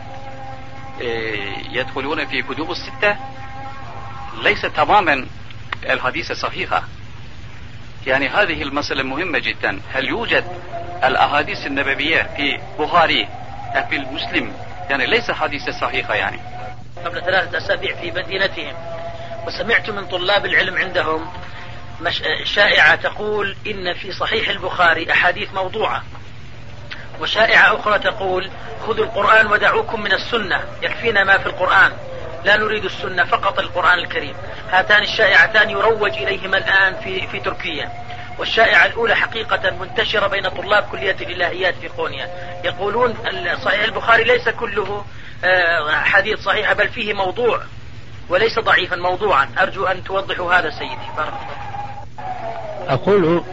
يدخلون في كتب الستة ليس تماما الحديث الصحيحة. يعني هذه المسألة مهمة جدا. هل يوجد الأحاديث النبوية في بخاري في المسلم؟ يعني ليس حديث صحيحة. يعني قبل ثلاثة أسابيع في مدينتهم وسمعت من طلاب العلم عندهم شائعة تقول إن في صحيح البخاري أحاديث موضوعة، وشائعة أخرى تقول خذوا القرآن ودعوكم من السنة، يكفينا ما في القرآن، لا نريد السنة فقط القرآن الكريم. هاتان الشائعتان يروج إليهما الآن في, في تركيا. والشائعة الأولى حقيقة منتشرة بين طلاب كلية الإلهيات في قونيا، يقولون صحيح البخاري ليس كله حديث صحيح بل فيه موضوع وليس ضعيفا، موضوعا. أرجو أن توضحوا هذا سيدي. بارك الله. أقول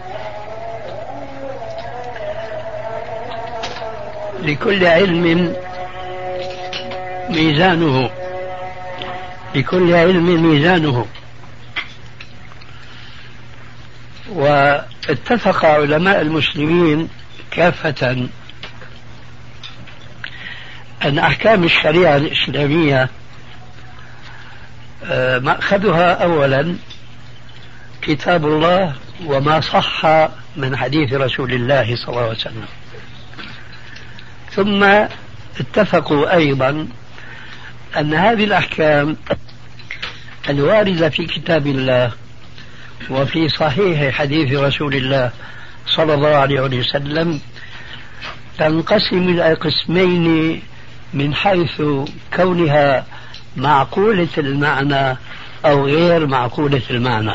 لكل علم ميزانه، لكل علم ميزانه. واتفق علماء المسلمين كافة أن أحكام الشريعة الإسلامية مأخذها أولا كتاب الله وما صح من حديث رسول الله صلى الله عليه وسلم، ثم اتفقوا أيضا أن هذه الأحكام الواردة في كتاب الله وفي صحيح حديث رسول الله صلى الله عليه وسلم تنقسم إلى قسمين من حيث كونها معقولة المعنى أو غير معقولة المعنى.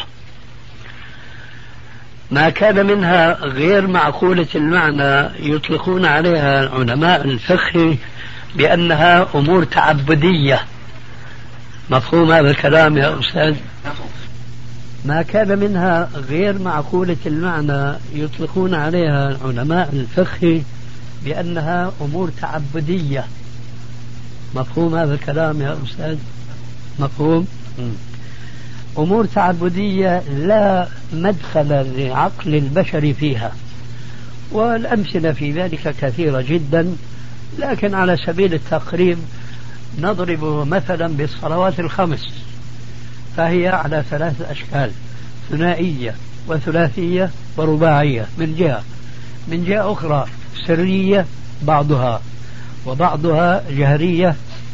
ما كان منها غير معقولة المعنى يطلقون عليها علماء الفقه بأنها أمور تعبدية. مفهوم هذا الكلام يا أستاذ؟ ما كان منها غير معقولة المعنى يطلقون عليها علماء الفقه بأنها أمور تعبدية. مفهوم هذا الكلام يا أستاذ؟ مفهوم؟ أمور تعبدية لا مدخل لعقل البشر فيها، والأمثلة في ذلك كثيرة جدا، لكن على سبيل التقريب نضرب مثلا بالصلوات الخمس، فهي على ثلاث أشكال: ثنائية وثلاثية ورباعية من جهة، من جهة أخرى سرية بعضها وبعضها جهرية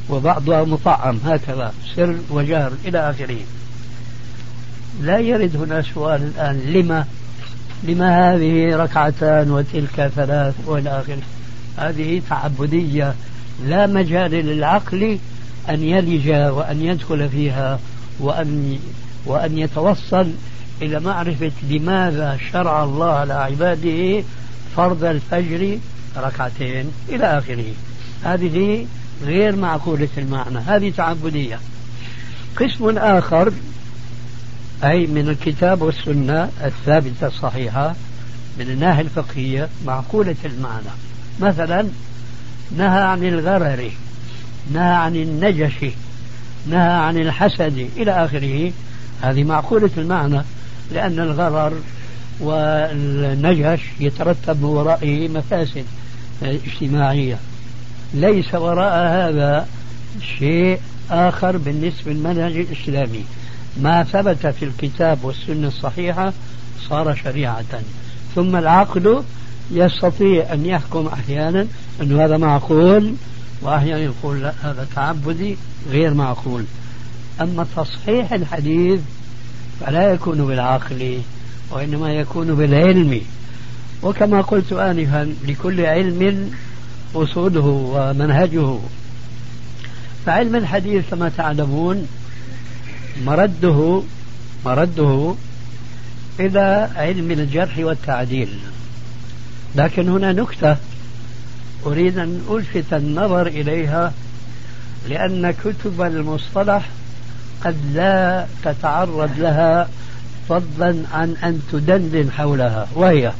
وبعضها مطعم هكذا سر وجهر إلى آخره. لا يرد هنا سؤال الآن لما لما هذه ركعتان وتلك ثلاث وإلى آخره. هذه تعبدية لا مجال للعقل أن يلج وأن يدخل فيها وأن وأن يتوصل إلى معرفة لماذا شرع الله على عباده فرض الفجر ركعتين إلى آخره. هذه غير معقولة المعنى، هذه تعبدية. قسم آخر أي من الكتاب والسنة الثابتة الصحيحة من الناحية الفقهية معقولة المعنى. مثلا نهى عن الغرر، نهى عن النجش، نهى عن الحسد إلى آخره. هذه معقولة المعنى، لأن الغرر والنجش يترتب من ورائه مفاسد اجتماعية. ليس وراء هذا شيء آخر بالنسبة للمنهج الإسلامي. ما ثبت في الكتاب والسنة الصحيحة صار شريعة، ثم العقل يستطيع أن يحكم أحيانا أن هذا معقول، وأحيانا يقول لا هذا تعبدي غير معقول. أما تصحيح الحديث فلا يكون بالعقل وإنما يكون بالعلم. وكما قلت آنفا لكل علم أصوله ومنهجه. فعلم الحديث كما تعلمون مرده مرده إلى علم الجرح والتعديل. لكن هنا نكتة أريد أن ألفت النظر إليها، لأن كتب المصطلح قد لا تتعرض لها فضلا عن أن تدندن حولها، وهي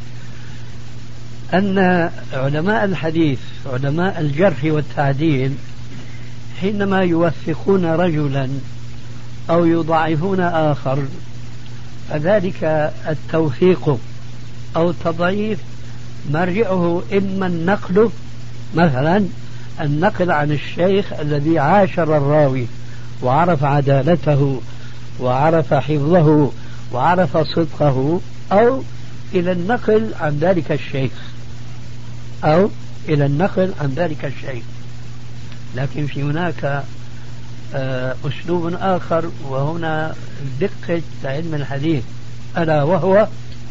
أن علماء الحديث علماء الجرح والتعديل حينما يوثقون رجلا أو يضعفون آخر فذلك التوثيق أو التضعيف مرجعه إما النقل، مثلا النقل عن الشيخ الذي عاشر الراوي وعرف عدالته وعرف حفظه وعرف صدقه، أو إلى النقل عن ذلك الشيخ أو إلى النقل عن ذلك الشيء. لكن في هناك أسلوب آخر، وهنا دقة علم الحديث، ألا وهو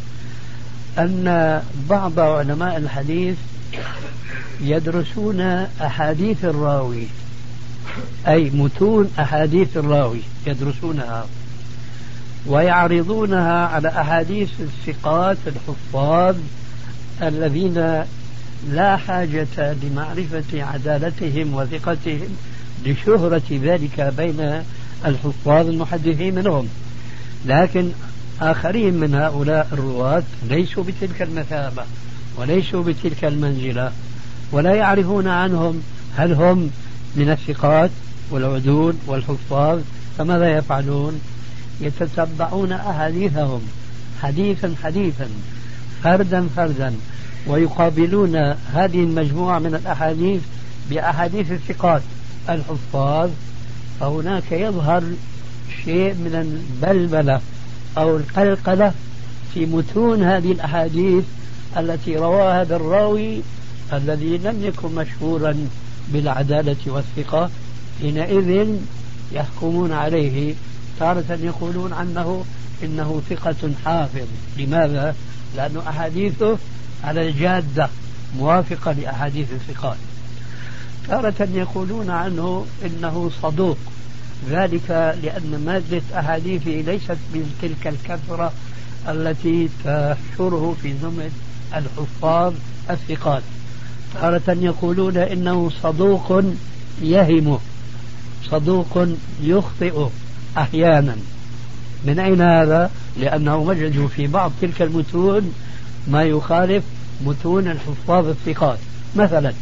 أن بعض علماء الحديث يدرسون أحاديث الراوي، أي متون أحاديث الراوي يدرسونها ويعرضونها على أحاديث الثقات الحفاظ الذين لا حاجة لمعرفة عدالتهم وثقتهم لشهرة ذلك بين الحفاظ المحدثين منهم. لكن آخرين من هؤلاء الرواة ليسوا بتلك المثابة وليسوا بتلك المنزلة، ولا يعرفون عنهم هل هم من الثقات والعدول والحفاظ. فماذا يفعلون؟ يتتبعون أحاديثهم حديثا حديثا فردا فردا، ويقابلون هذه المجموعة من الأحاديث بأحاديث الثقات الحفاظ. فهناك يظهر شيء من البلبلة أو القلقلة في متون هذه الأحاديث التي رواها هذا الراوي الذي لم يكن مشهورا بالعدالة والثقة. حينئذ يحكمون عليه، تارة يقولون عنه إنه ثقة حافظ. لماذا؟ لأن أحاديثه على الجادة موافقة لأحاديث الثقات. تارة يقولون عنه إنه صدوق، ذلك لأن مادة أحاديثه ليست بتلك الكثرة التي تحشره في زمن الحفاظ الثقات. تارة يقولون إنه صدوق يهم، صدوق يخطئ أحيانا. من أين هذا؟ لأنه وجدوا في بعض تلك المتون ما يخالف متون الحفاظ الثقات. مثلا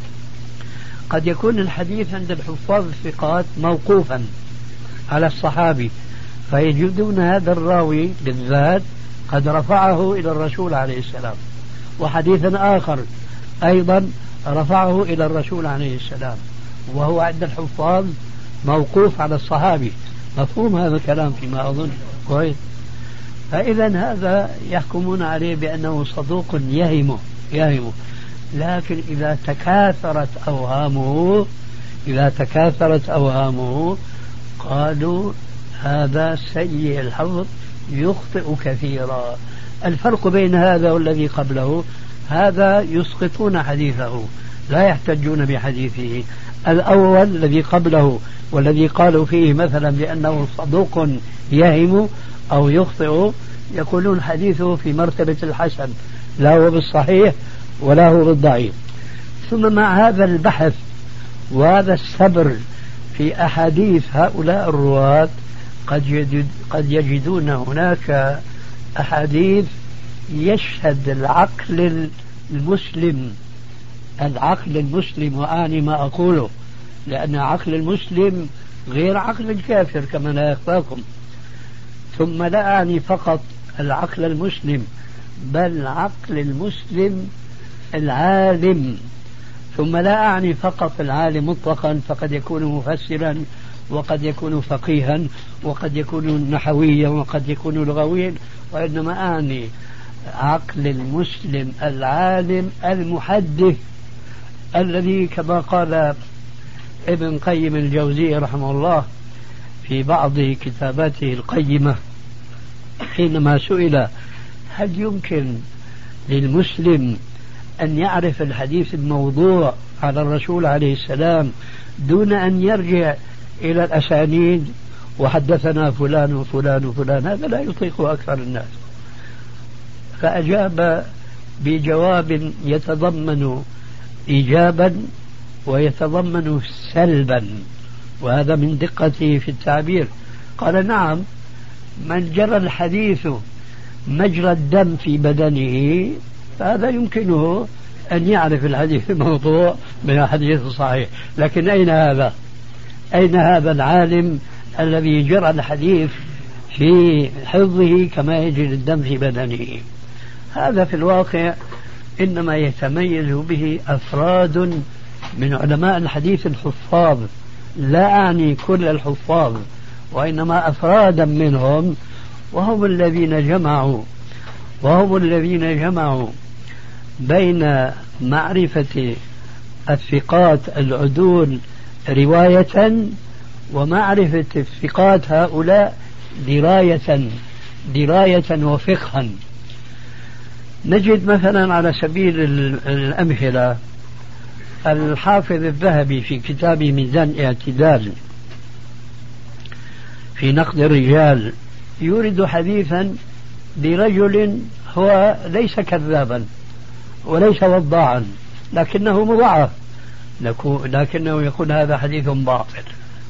قد يكون الحديث عند الحفاظ الثقات موقوفا على الصحابي، فيجدون هذا الراوي بالذات قد رفعه إلى الرسول عليه السلام، وحديثا آخر أيضا رفعه إلى الرسول عليه السلام، وهو عند الحفاظ موقوف على الصحابي. مفهوم هذا الكلام فيما أظن كويس؟ فإذا هذا يحكمون عليه بأنه صدوق يهم يهم. لكن إذا تكاثرت أوهامه إذا تكاثرت أوهامه قالوا هذا سيء الحفظ يخطئ كثيرا. الفرق بين هذا والذي قبله هذا يسقطون حديثه لا يحتجون بحديثه. الأول الذي قبله والذي قالوا فيه مثلا بأنه صدوق يهم أو يخطئ يقولون حديثه في مرتبة الحسن لا هو بالصحيح ولا هو بالضعيف. ثم مع هذا البحث وهذا الصبر في أحاديث هؤلاء الرواة قد, يجد قد يجدون هناك أحاديث يشهد العقل المسلم العقل المسلم وأعني ما أقوله لأن عقل المسلم غير عقل الكافر كما لا يخفاكم. ثم لا أعني فقط العقل المسلم بل عقل المسلم العالم. ثم لا أعني فقط العالم مطلقا فقد يكون مفسرا وقد يكون فقيها وقد يكون نحويا وقد يكون لغويا وإنما أعني عقل المسلم العالم المحدث الذي كما قال ابن قيم الجوزي رحمه الله في بعض كتاباته القيمة حينما سئل هل يمكن للمسلم أن يعرف الحديث الموضوع على الرسول عليه السلام دون أن يرجع إلى الأسانيد وحدثنا فلان وفلان وفلان؟ هذا لا يطيقه أكثر الناس. فأجاب بجواب يتضمن إيجابا ويتضمن سلبا وهذا من دقته في التعبير. قال نعم من جرى الحديث مجرى الدم في بدنه فهذا يمكنه أن يعرف الحديث الموضوع من الحديث الصحيح. لكن أين هذا أين هذا العالم الذي جرى الحديث في حفظه كما يجري الدم في بدنه؟ هذا في الواقع إنما يتميز به أفراد من علماء الحديث الحفاظ، لا أعني كل الحفاظ وإنما أفرادا منهم، وهم الذين جمعوا وهم الذين جمعوا بين معرفة الثقات العدول رواية ومعرفة الثقات هؤلاء دراية دراية وفقها. نجد مثلا على سبيل الأمثلة الحافظ الذهبي في كتابه ميزان الاعتدال في نقد الرجال يورد حديثا برجل هو ليس كذابا وليس وضاعا لكنه مضاعف، لكنه يقول هذا حديث باطل.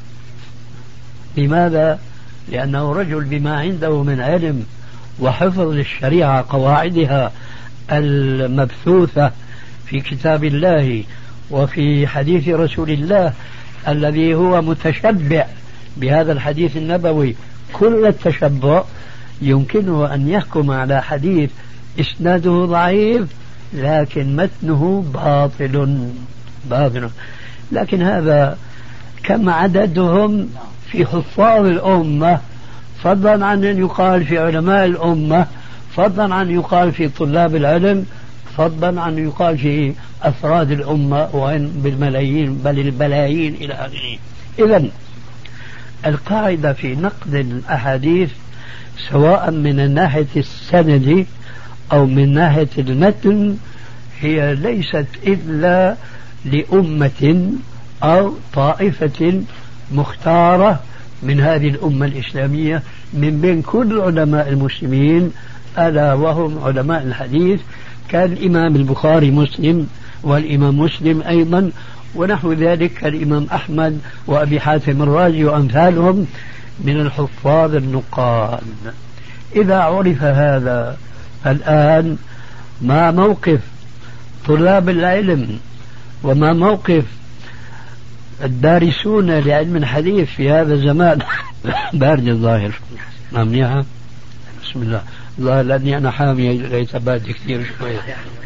لماذا؟ لأنه رجل بما عنده من علم وحفظ للشريعة قواعدها المبثوثة في كتاب الله وفي حديث رسول الله الذي هو متشبع بهذا الحديث النبوي كل التشبع، يمكنه أن يحكم على حديث إسناده ضعيف لكن متنه باطل باطل. لكن هذا كم عددهم في حفاظ الأمة، فضلا عن أن يقال في علماء الأمة، فضلا عن يقال في طلاب العلم، فضلا عن يقال في أفراد الأمة وإن بالملايين بل البلايين إلى آخره. إذن القاعدة في نقد الأحاديث سواء من الناحية السند أو من ناحية المتن هي ليست إلا لأمة أو طائفة مختارة من هذه الأمة الإسلامية من بين كل علماء المسلمين، ألا وهم علماء الحديث كالإمام البخاري مسلم والإمام مسلم أيضا ونحو ذلك كالإمام أحمد وأبي حاتم الرازي وأمثالهم من الحفاظ النقاد. إذا عرف هذا الآن ما موقف طلاب العلم وما موقف الدارسون لعلم الحديث في هذا الزمان بارد الظاهر ممنيعة بسم الله الله لأني أنا حامي ليس بارد كثير شوية.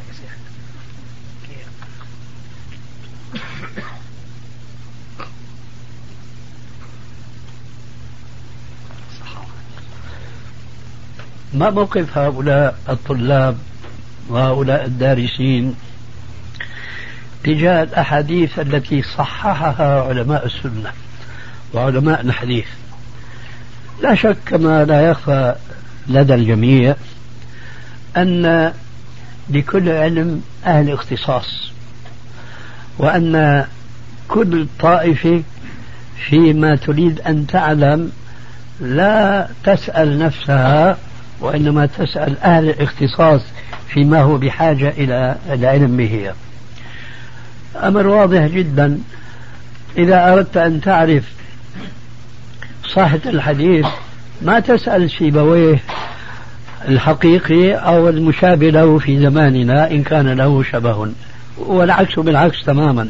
ما موقف هؤلاء الطلاب وهؤلاء الدارسين تجاه الأحاديث التي صححها علماء السنة وعلماء الحديث. لا شك كما لا يخفى لدى الجميع أن لكل علم أهل اختصاص، وأن كل طائفة فيما تريد أن تعلم لا تسأل نفسها، وإنما تسأل أهل الاختصاص فيما هو بحاجة إلى العلم به. أمر واضح جدا. إذا أردت أن تعرف صحة الحديث ما تسأل سيبويه الحقيقي أو المشابه له في زماننا إن كان له شبه، والعكس بالعكس تماما.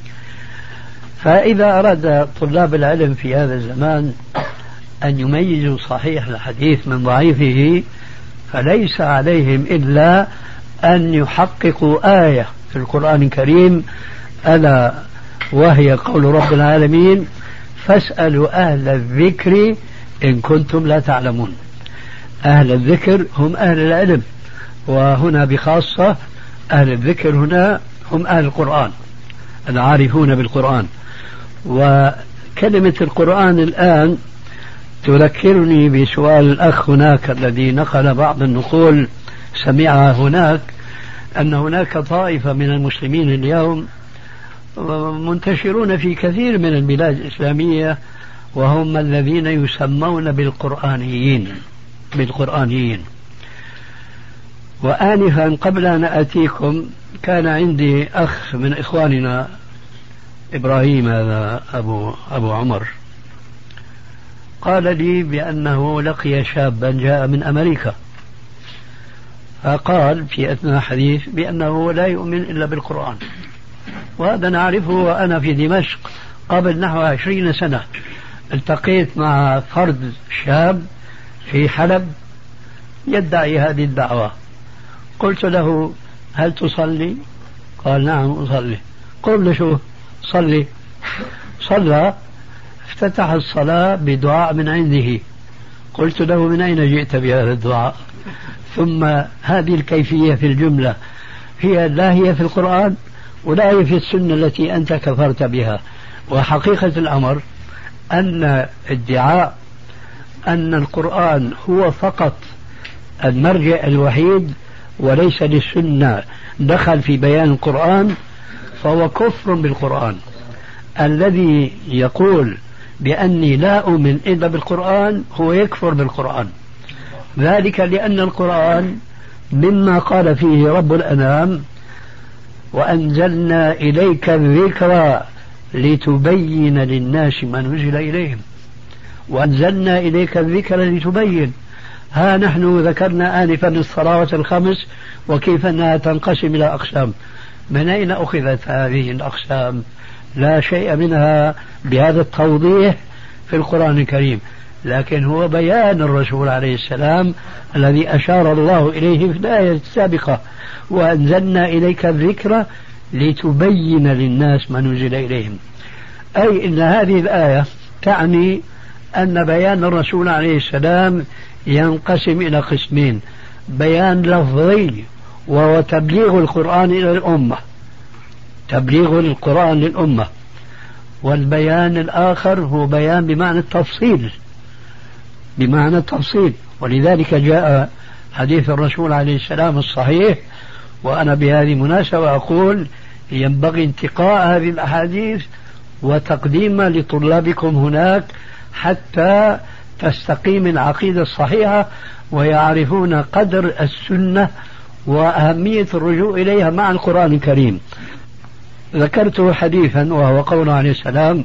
فإذا أراد طلاب العلم في هذا الزمان أن يميزوا صحيح الحديث من ضعيفه فليس عليهم إلا أن يحققوا آية في القرآن الكريم، ألا وهي قول رب العالمين: فاسألوا أهل الذكر إن كنتم لا تعلمون. أهل الذكر هم أهل العلم، وهنا بخاصة أهل الذكر هنا هم أهل القرآن العارفون بالقرآن. وكلمة القرآن الآن تذكرني بسؤال الأخ هناك الذي نقل بعض النقول سمعها هناك، أن هناك طائفة من المسلمين اليوم منتشرون في كثير من البلاد الإسلامية وهم الذين يسمون بالقرآنيين بالقرآنيين. وآنفا قبل أن أتيكم كان عندي أخ من إخواننا إبراهيم، هذا أبو, أبو عمر، قال لي بأنه لقي شابا جاء من أمريكا، فقال في أثناء حديث بأنه لا يؤمن إلا بالقرآن. وهذا نعرفه. وأنا في دمشق قبل نحو عشرين سنة التقيت مع فرد شاب في حلب يدعي هذه الدعوة. قلت له: هل تصلي؟ قال: نعم أصلي. قل شو صلي؟ صلى، افتتح الصلاة بدعاء من عنده. قلت له: من أين جئت بهذا الدعاء؟ ثم هذه الكيفية في الجملة هي لا هي في القرآن ولا هي في السنة التي أنت كفرت بها. وحقيقة الأمر أن ادعاء أن القرآن هو فقط المرجع الوحيد وليس للسنة دخل في بيان القرآن فهو كفر بالقرآن. الذي يقول بأني لا أؤمن إلا بالقرآن هو يكفر بالقرآن، ذلك لأن القرآن مما قال فيه رب الأنام: وأنزلنا إليك الذكر لتبين للناس ما نزل إليهم. وأنزلنا إليك الذكر لتبين. ها نحن ذكرنا آنفا الصلوات الخمس وكيف أنها تنقسم إلى أقسام. من أين أخذت هذه الأقسام؟ لا شيء منها بهذا التوضيح في القرآن الكريم، لكن هو بيان الرسول عليه السلام الذي أشار الله إليه في الآية السابقة: وأنزلنا إليك الذكر لتبين للناس ما نزل إليهم. أي إن هذه الآية تعني أن بيان الرسول عليه السلام ينقسم إلى قسمين: بيان لفظي وهو تبليغ القرآن إلى الأمة، تبليغ القرآن للأمة، والبيان الآخر هو بيان بمعنى التفصيل، بمعنى التفصيل. ولذلك جاء حديث الرسول عليه السلام الصحيح. وأنا بهذه المناسبة أقول ينبغي انتقاء هذه الأحاديث وتقديمها لطلابكم هناك حتى تستقيم العقيدة الصحيحة ويعرفون قدر السنة وأهمية الرجوع إليها مع القرآن الكريم. ذكرت حديثا وهو قول عليه السلام: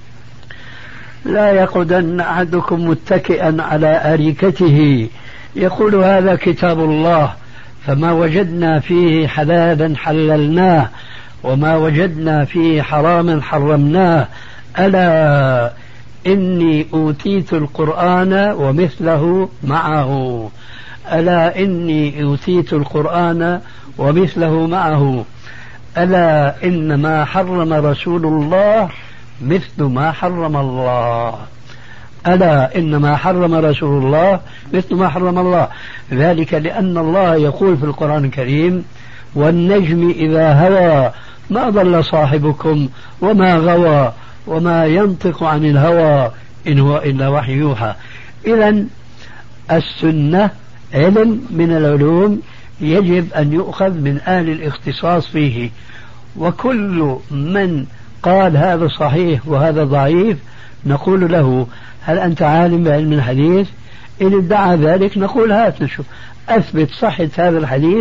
لا يقعدن أحدكم متكئا على أريكته يقول هذا كتاب الله فما وجدنا فيه حلالا حللناه وما وجدنا فيه حراما حرمناه ألا إني أوتيت القرآن ومثله معه ألا إني أوتيت القرآن ومثله معه ألا إنما حرم رسول الله مثل ما حرم الله ألا إنما حرم رسول الله مثل ما حرم الله. ذلك لأن الله يقول في القرآن الكريم: والنجم إذا هوى ما ضل صاحبكم وما غوى وما ينطق عن الهوى إن هو إلا وحي يوحى. إذن السنة علم من العلوم يجب أن يؤخذ من أهل الاختصاص فيه، وكل من قال هذا صحيح وهذا ضعيف نقول له هل أنت عالم بعلم الحديث؟ إن ادعى ذلك نقول هات نشوف أثبت صحة هذا الحديث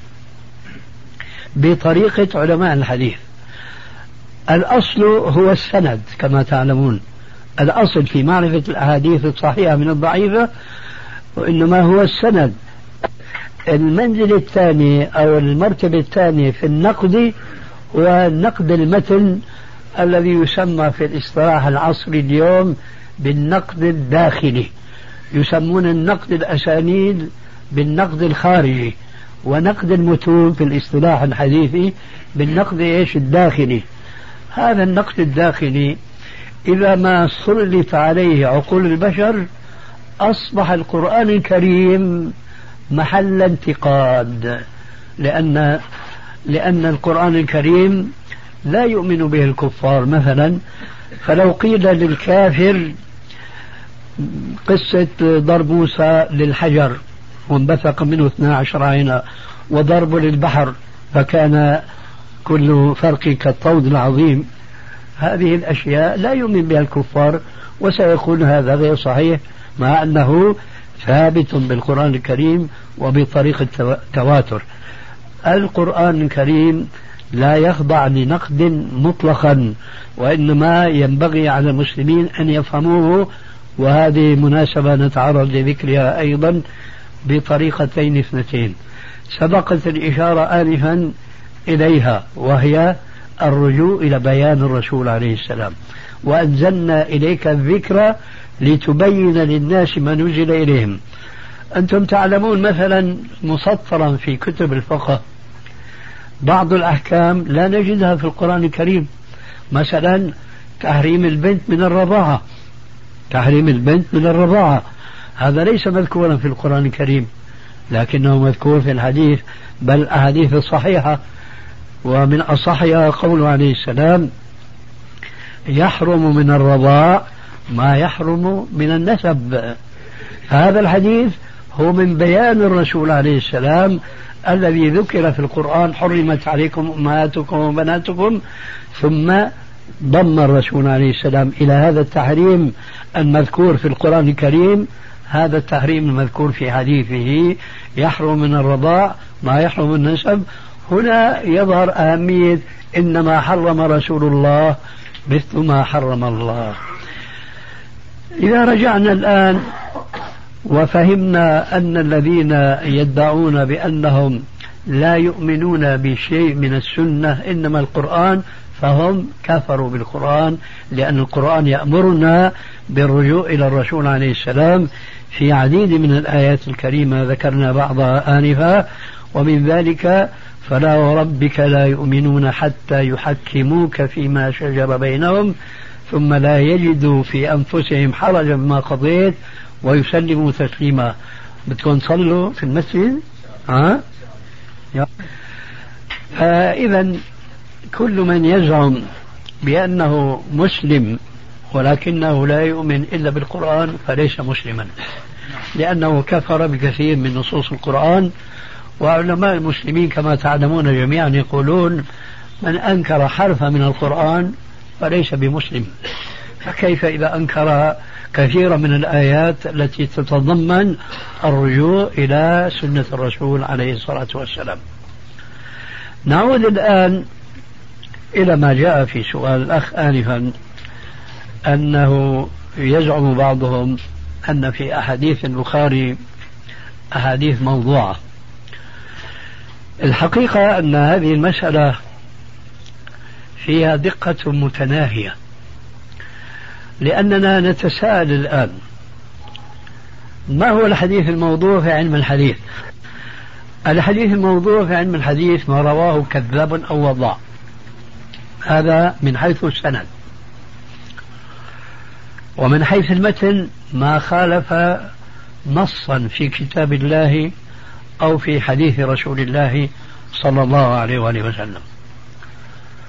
بطريقة علماء الحديث. الأصل هو السند كما تعلمون، الأصل في معرفة الأحاديث الصحيحة من الضعيفة وإنما هو السند. المنزل الثاني أو المرتبة الثانية في النقد هو نقد المتن الذي يسمى في الاصطلاح العصري اليوم بالنقد الداخلي. يسمون النقد الأسانيد بالنقد الخارجي، ونقد المتون في الاصطلاح الحديثي بالنقد إيش الداخلي. هذا النقد الداخلي إذا ما سلط عليه عقول البشر أصبح القرآن الكريم محل انتقاد، لأن لأن القرآن الكريم لا يؤمن به الكفار مثلا. فلو قيل للكافر قصة ضرب موسى للحجر وانبثق منه اثنا عشر عينا، وضرب للبحر فكان كل فرق كالطود العظيم، هذه الأشياء لا يؤمن بها الكفار، وسيكون هذا غير صحيح مع أنه ثابت بالقرآن الكريم وبطريقة التواتر. القرآن الكريم لا يخضع لنقد مطلقا، وإنما ينبغي على المسلمين أن يفهموه، وهذه مناسبة نتعرض لذكرها أيضا بطريقتين اثنتين سبقت الإشارة آنفا إليها، وهي الرجوع إلى بيان الرسول عليه السلام. وأنزلنا إليك الذكر لتبين للناس ما نزل إليهم. أنتم تعلمون مثلا مسطرا في كتب الفقه بعض الأحكام لا نجدها في القرآن الكريم، مثلا تحريم البنت من الرضاعة، تحريم البنت من الرضاعة هذا ليس مذكورا في القرآن الكريم، لكنه مذكور في الحديث، بل الأحاديث الصحيحة. ومن أصحها قوله عليه السلام يحرم من الرضاع ما يحرم من النسب. هذا الحديث هو من بيان الرسول عليه السلام الذي ذكر في القرآن حرمت عليكم أمهاتكم وبناتكم، ثم ضم الرسول عليه السلام إلى هذا التحريم المذكور في القرآن الكريم هذا التحريم المذكور في حديثه يحرم من الرضاع ما يحرم من النسب. هنا يظهر أهمية إنما حرم رسول الله مثل ما حرم الله. إذا رجعنا الآن وفهمنا أن الذين يدعون بأنهم لا يؤمنون بشيء من السنة إنما القرآن، فهم كفروا بالقرآن، لأن القرآن يأمرنا بالرجوع إلى الرسول عليه السلام في عديد من الآيات الكريمة ذكرنا بعضها آنفا، ومن ذلك فلا وربك لا يؤمنون حتى يحكموك فيما شجر بينهم ثم لا يجدوا في أنفسهم حرجا مما قضيت ويسلموا تسليما. بدكم تصلوا في المسجد؟ ها؟ إذا كل من يزعم بأنه مسلم ولكنه لا يؤمن إلا بالقرآن فليس مسلما، لأنه كفر بكثير من نصوص القرآن. وعلماء المسلمين كما تعلمون جميعا يقولون من أنكر حرفا من القرآن فليس بمسلم، فكيف إذا أنكر كثيرا من الآيات التي تتضمن الرجوع إلى سنة الرسول عليه الصلاة والسلام. نعود الآن إلى ما جاء في سؤال الأخ آنفا، أنه يزعم بعضهم أن في أحاديث البخاري أحاديث موضوعة. الحقيقة أن هذه المسألة فيها دقة متناهية، لأننا نتساءل الآن ما هو الحديث الموضوع في علم الحديث؟ الحديث الموضوع في علم الحديث ما رواه كذاب أو وضاع، هذا من حيث السند. ومن حيث المتن ما خالف نصا في كتاب الله أو في حديث رسول الله صلى الله عليه وآله وسلم.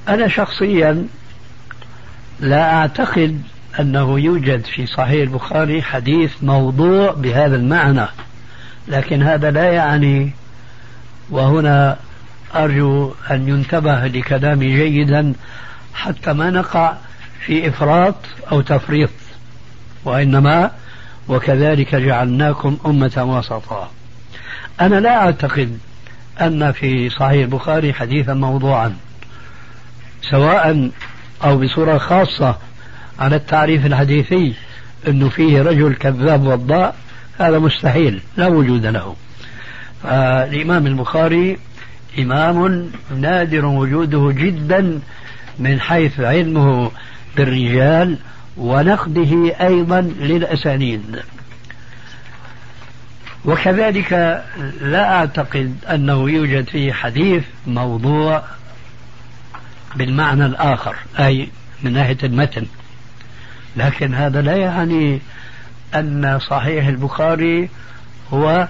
أنا شخصيا لا أعتقد أنه يوجد في صحيح البخاري حديث موضوع بهذا المعنى، لكن هذا لا يعني، وهنا أرجو أن ينتبه لكلامي جيدا حتى ما نقع في إفراط أو تفريط، وإنما وكذلك جعلناكم أمة وسطا. أنا لا أعتقد أن في صحيح البخاري حديثا موضوعا، سواء أو بصورة خاصة على التعريف الحديثي أنه فيه رجل كذاب وضاء، هذا مستحيل، لا وجود له. فالإمام البخاري إمام نادر وجوده جدا من حيث علمه بالرجال ونقده أيضا للأسانيد، وكذلك لا أعتقد أنه يوجد فيه حديث موضوع بالمعنى الآخر، أي من ناحية المتن. لكن هذا لا يعني أن صحيح البخاري هو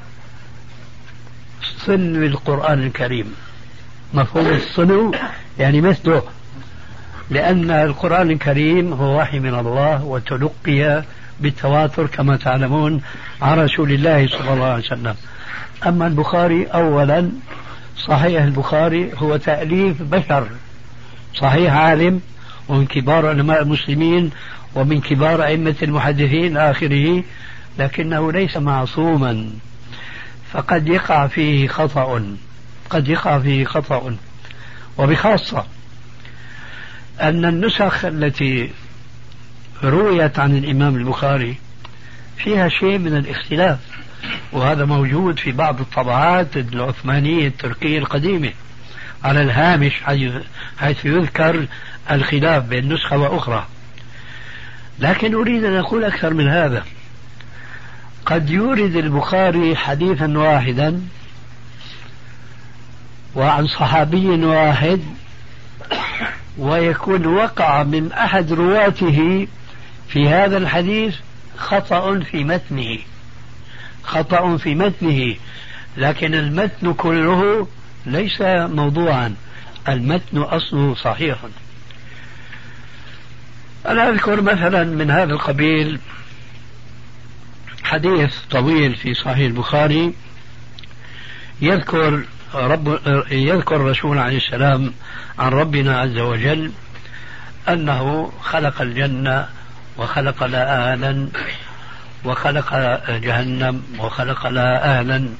صنو القرآن الكريم. مفهوم الصنو يعني مثله، لأن القرآن الكريم هو وحي من الله وتلقي بالتواتر كما تعلمون عن رسول الله صلى الله عليه وسلم. أما البخاري أولا، صحيح البخاري هو تأليف بشر، صحيح عالم ومن كبار علماء المسلمين ومن كبار أئمة المحدثين آخره، لكنه ليس معصوما، فقد يقع فيه خطأ، قد يقع فيه خطأ. وبخاصة أن النسخ التي رويت عن الإمام البخاري فيها شيء من الاختلاف، وهذا موجود في بعض الطبعات العثمانية التركية القديمة على الهامش، حيث يذكر الخلاف بين نسخة وأخرى. لكن أريد أن أقول أكثر من هذا. قد يورد البخاري حديثا واحدا وعن صحابي واحد، ويكون وقع من أحد رواته في هذا الحديث خطأ في متنه، خطأ في متنه، لكن المتن كله ليس موضوعا، المتن أصله صحيح. أنا أذكر مثلا من هذا القبيل حديث طويل في صحيح البخاري يذكر رب يذكر الرسول عليه السلام عن ربنا عز وجل أنه خلق الجنة وخلق لها أهلا وخلق جهنم وخلق لها أهلا،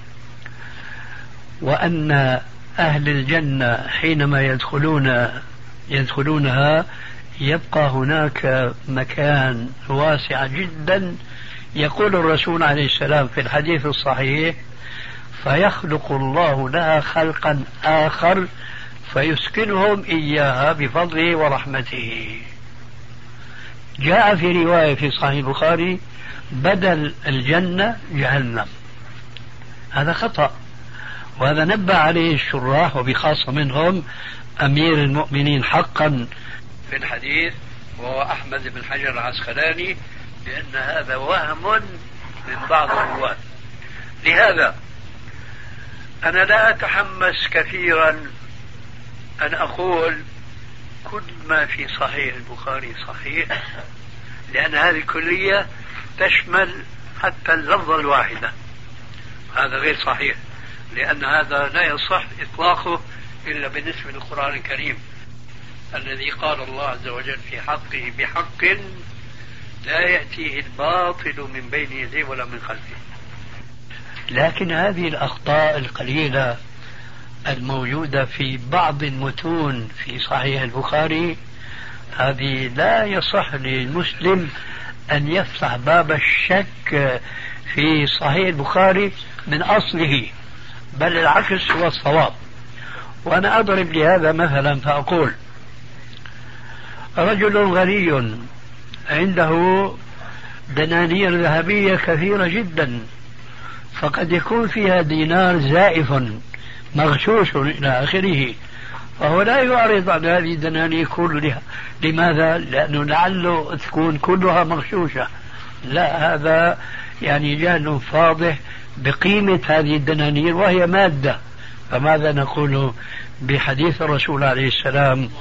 وأن أهل الجنة حينما يدخلون يدخلونها يبقى هناك مكان واسع جدا. يقول الرسول عليه السلام في الحديث الصحيح: فيخلق الله لها خلقا آخر فيسكنهم إياها بفضله ورحمته. جاء في رواية في صحيح البخاري بدل الجنة جهنم، هذا خطأ، وهذا نبه عليه الشراح وبخاصة منهم أمير المؤمنين حقا في الحديث وهو أحمد بن حجر العسقلاني، لأن هذا وهم من بعض الرواة. لهذا أنا لا أتحمس كثيرا أن أقول كل ما في صحيح البخاري صحيح، لأن هذه الكلية تشمل حتى اللفظة الواحدة، هذا غير صحيح، لأن هذا لا يصح إطلاقه إلا بالنسبة للقرآن الكريم الذي قال الله عز وجل في حقه: بحق لا يأتيه الباطل من بين يديه ولا من خلفه. لكن هذه الأخطاء القليلة الموجودة في بعض المتون في صحيح البخاري، هذه لا يصح للمسلم أن يفتح باب الشك في صحيح البخاري من أصله، بل العكس هو الصواب. وأنا أضرب لهذا مثلا فأقول: رجل غني عنده دنانير ذهبية كثيرة جدا، فقد يكون فيها دينار زائف مغشوش إلى آخره، فهو لا يعرض عن هذه الدنانير كلها. لماذا؟ لأنه لعله تكون كلها مغشوشة. لا، هذا يعني جهل فاضح بقيمة هذه الدنانير وهي مادة. فماذا نقول بحديث الرسول عليه السلام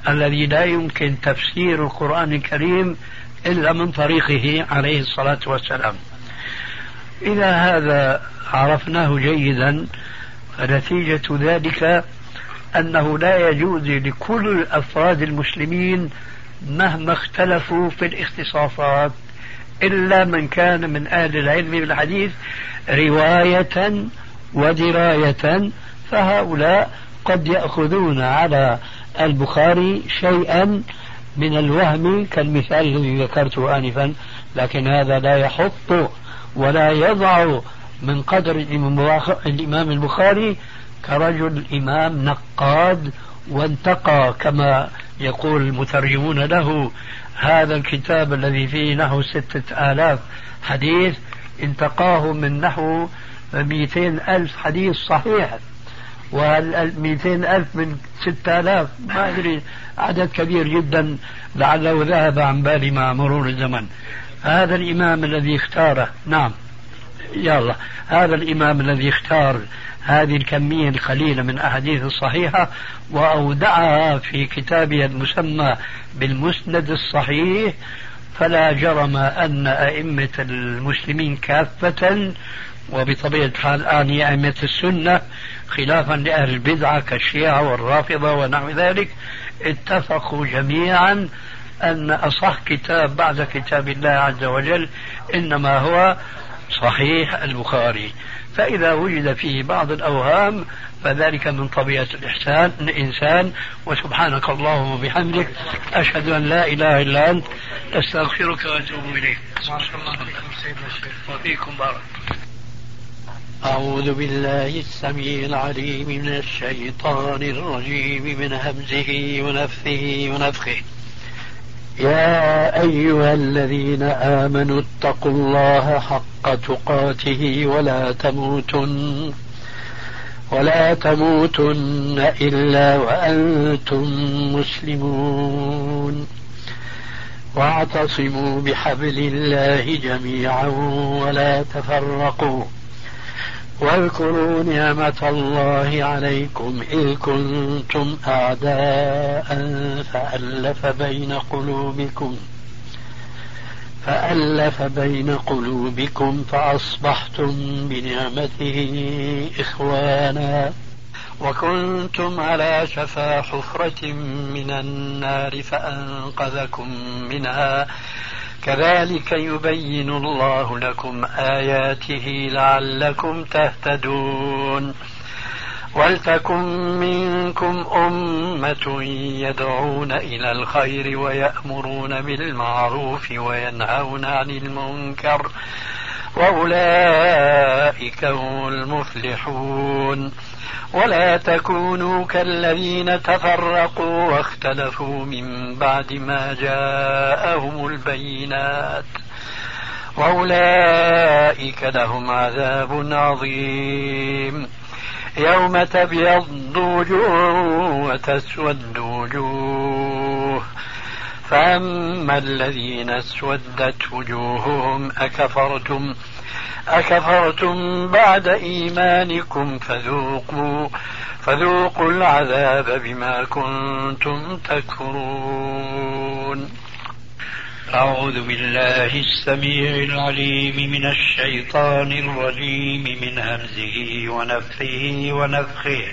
الذي لا يمكن تفسير القرآن الكريم إلا من طريقه عليه الصلاة والسلام. إذا هذا عرفناه جيدا، فنتيجة ذلك أنه لا يجوز لكل أفراد المسلمين مهما اختلفوا في الاختصاصات إلا من كان من أهل العلم بالحديث رواية ودراية، فهؤلاء قد يأخذون على البخاري شيئا من الوهم كالمثال الذي ذكرته آنفا، لكن هذا لا يحط ولا يضع من قدر الإمام البخاري كرجل إمام نقاد وانتقى كما يقول المترجمون له هذا الكتاب الذي فيه نحو ستة آلاف حديث انتقاه من نحو مئتين ألف حديث صحيح، والمئتين ألف من ستة آلاف ما أدري عدد كبير جدا لعله ذهب عن بالي مع مرور الزمن. هذا الإمام الذي اختاره، نعم يلا هذا الإمام الذي اختار هذه الكمية القليلة من أحاديث الصحيحة وأودعها في كتابه المسمى بالمسند الصحيح، فلا جرم أن أئمة المسلمين كافة وبطبيعة الحال آني أئمة السنة خلافا لأهل البدعة كالشيعة والرافضة ونحو ذلك اتفقوا جميعا أن أصح كتاب بعد كتاب الله عز وجل إنما هو صحيح البخاري. فإذا وجد فيه بعض الأوهام فذلك من طبيعة الإحسان الإنسان. وسبحانك اللهم وبحمدك أشهد أن لا إله إلا أنت أستغفرك وأتوب إليك. وفيكم بارك. أعوذ بالله السميع العليم من الشيطان الرجيم من همزه ونفثه ونفخه. يا أيها الذين آمنوا اتقوا الله حق تقاته ولا تموتن ولا تموتن إلا وأنتم مسلمون واعتصموا بحبل الله جميعا ولا تفرقوا واذكروا نعمة الله عليكم إذ كنتم أعداء فألف بين قلوبكم فألف بين قلوبكم فأصبحتم بنعمته إخوانا وكنتم على شفا حفرة من النار فأنقذكم منها كذلك يبين الله لكم آياته لعلكم تهتدون ولتكن منكم أمة يدعون إلى الخير ويأمرون بالمعروف وينهون عن المنكر وأولئك هم المفلحون ولا تكونوا كالذين تفرقوا واختلفوا من بعد ما جاءهم البينات وأولئك لهم عذاب عظيم يوم تبيض وجوه وتسود وجوه فأما الذين اسودت وجوههم أكفرتم أكفرتم بعد إيمانكم فذوقوا فذوقوا العذاب بما كنتم تكفرون. أعوذ بالله السميع العليم من الشيطان الرجيم من همزه ونفثه ونفخه.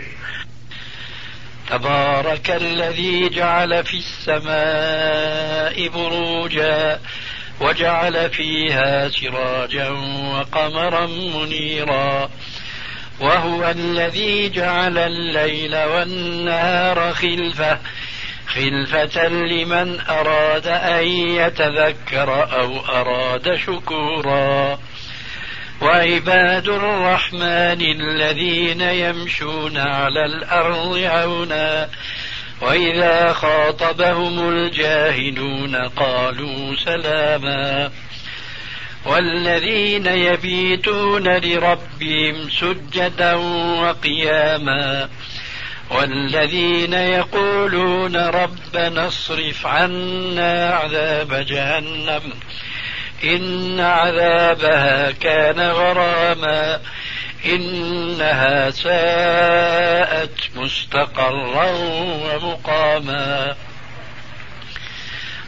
تبارك الذي جعل في السماء بروجا وجعل فيها سراجا وقمرا منيرا وهو الذي جعل الليل والنهار خلفة خلفة لمن أراد أن يتذكر أو أراد شكورا وعباد الرحمن الذين يمشون على الأرض هونا وإذا خاطبهم الجاهلون قالوا سلاما والذين يبيتون لربهم سجدا وقياما والذين يقولون ربنا اصرف عنا عذاب جهنم إن عذابها كان غراما إنها ساءت مستقرا ومقاما.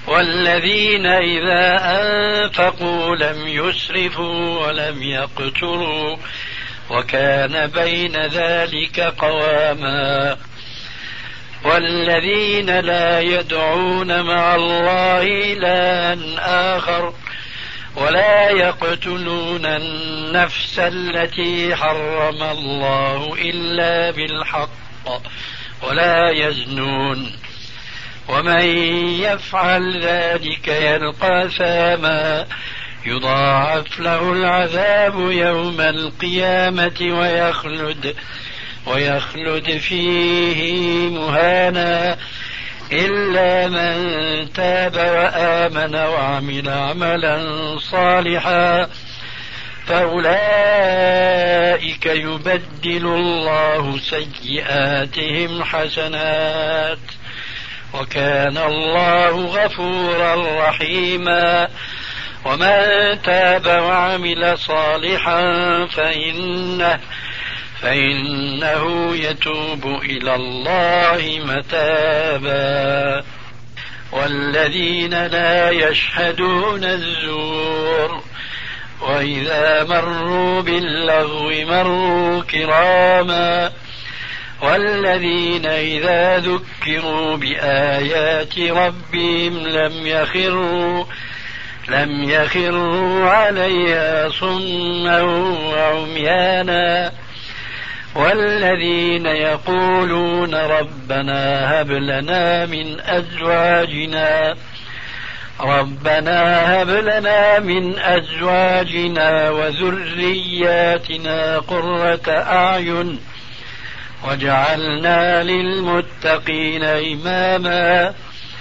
والذين إذا أنفقوا لم يسرفوا ولم يقتروا وكان بين ذلك قواما والذين لا يدعون مع الله إلها آخر ولا يقتلون النفس التي حرم الله إلا بالحق ولا يزنون ومن يفعل ذلك يلقى ثاما يضاعف له العذاب يوم القيامة ويخلد ويخلد فيه مهانا إلا من تاب وآمن وعمل عملا صالحا فأولئك يبدل الله سيئاتهم حسنات وكان الله غفورا رحيما ومن تاب وعمل صالحا فإنه فإنه يتوب إلى الله متابا والذين لا يشهدون الزور وإذا مروا باللغو مروا كراما والذين إذا ذكروا بآيات ربهم لم يخروا لم يخروا عليها صما وعميانا والذين يقولون ربنا هب لنا من أزواجنا ربنا هب لنا من أزواجنا وذرياتنا قرة أعين وجعلنا للمتقين إماما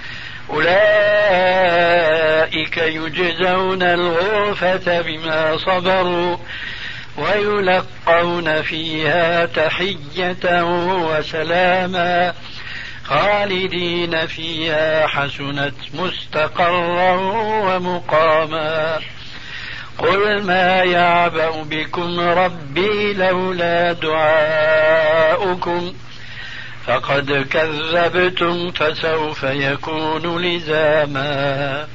أولئك يجزون الغرفة بما صبروا ويلقون فيها تحية وسلاما خالدين فيها حسنت مستقرا ومقاما قل ما يعبأ بكم ربي لولا دعاؤكم فقد كذبتم فسوف يكون لزاما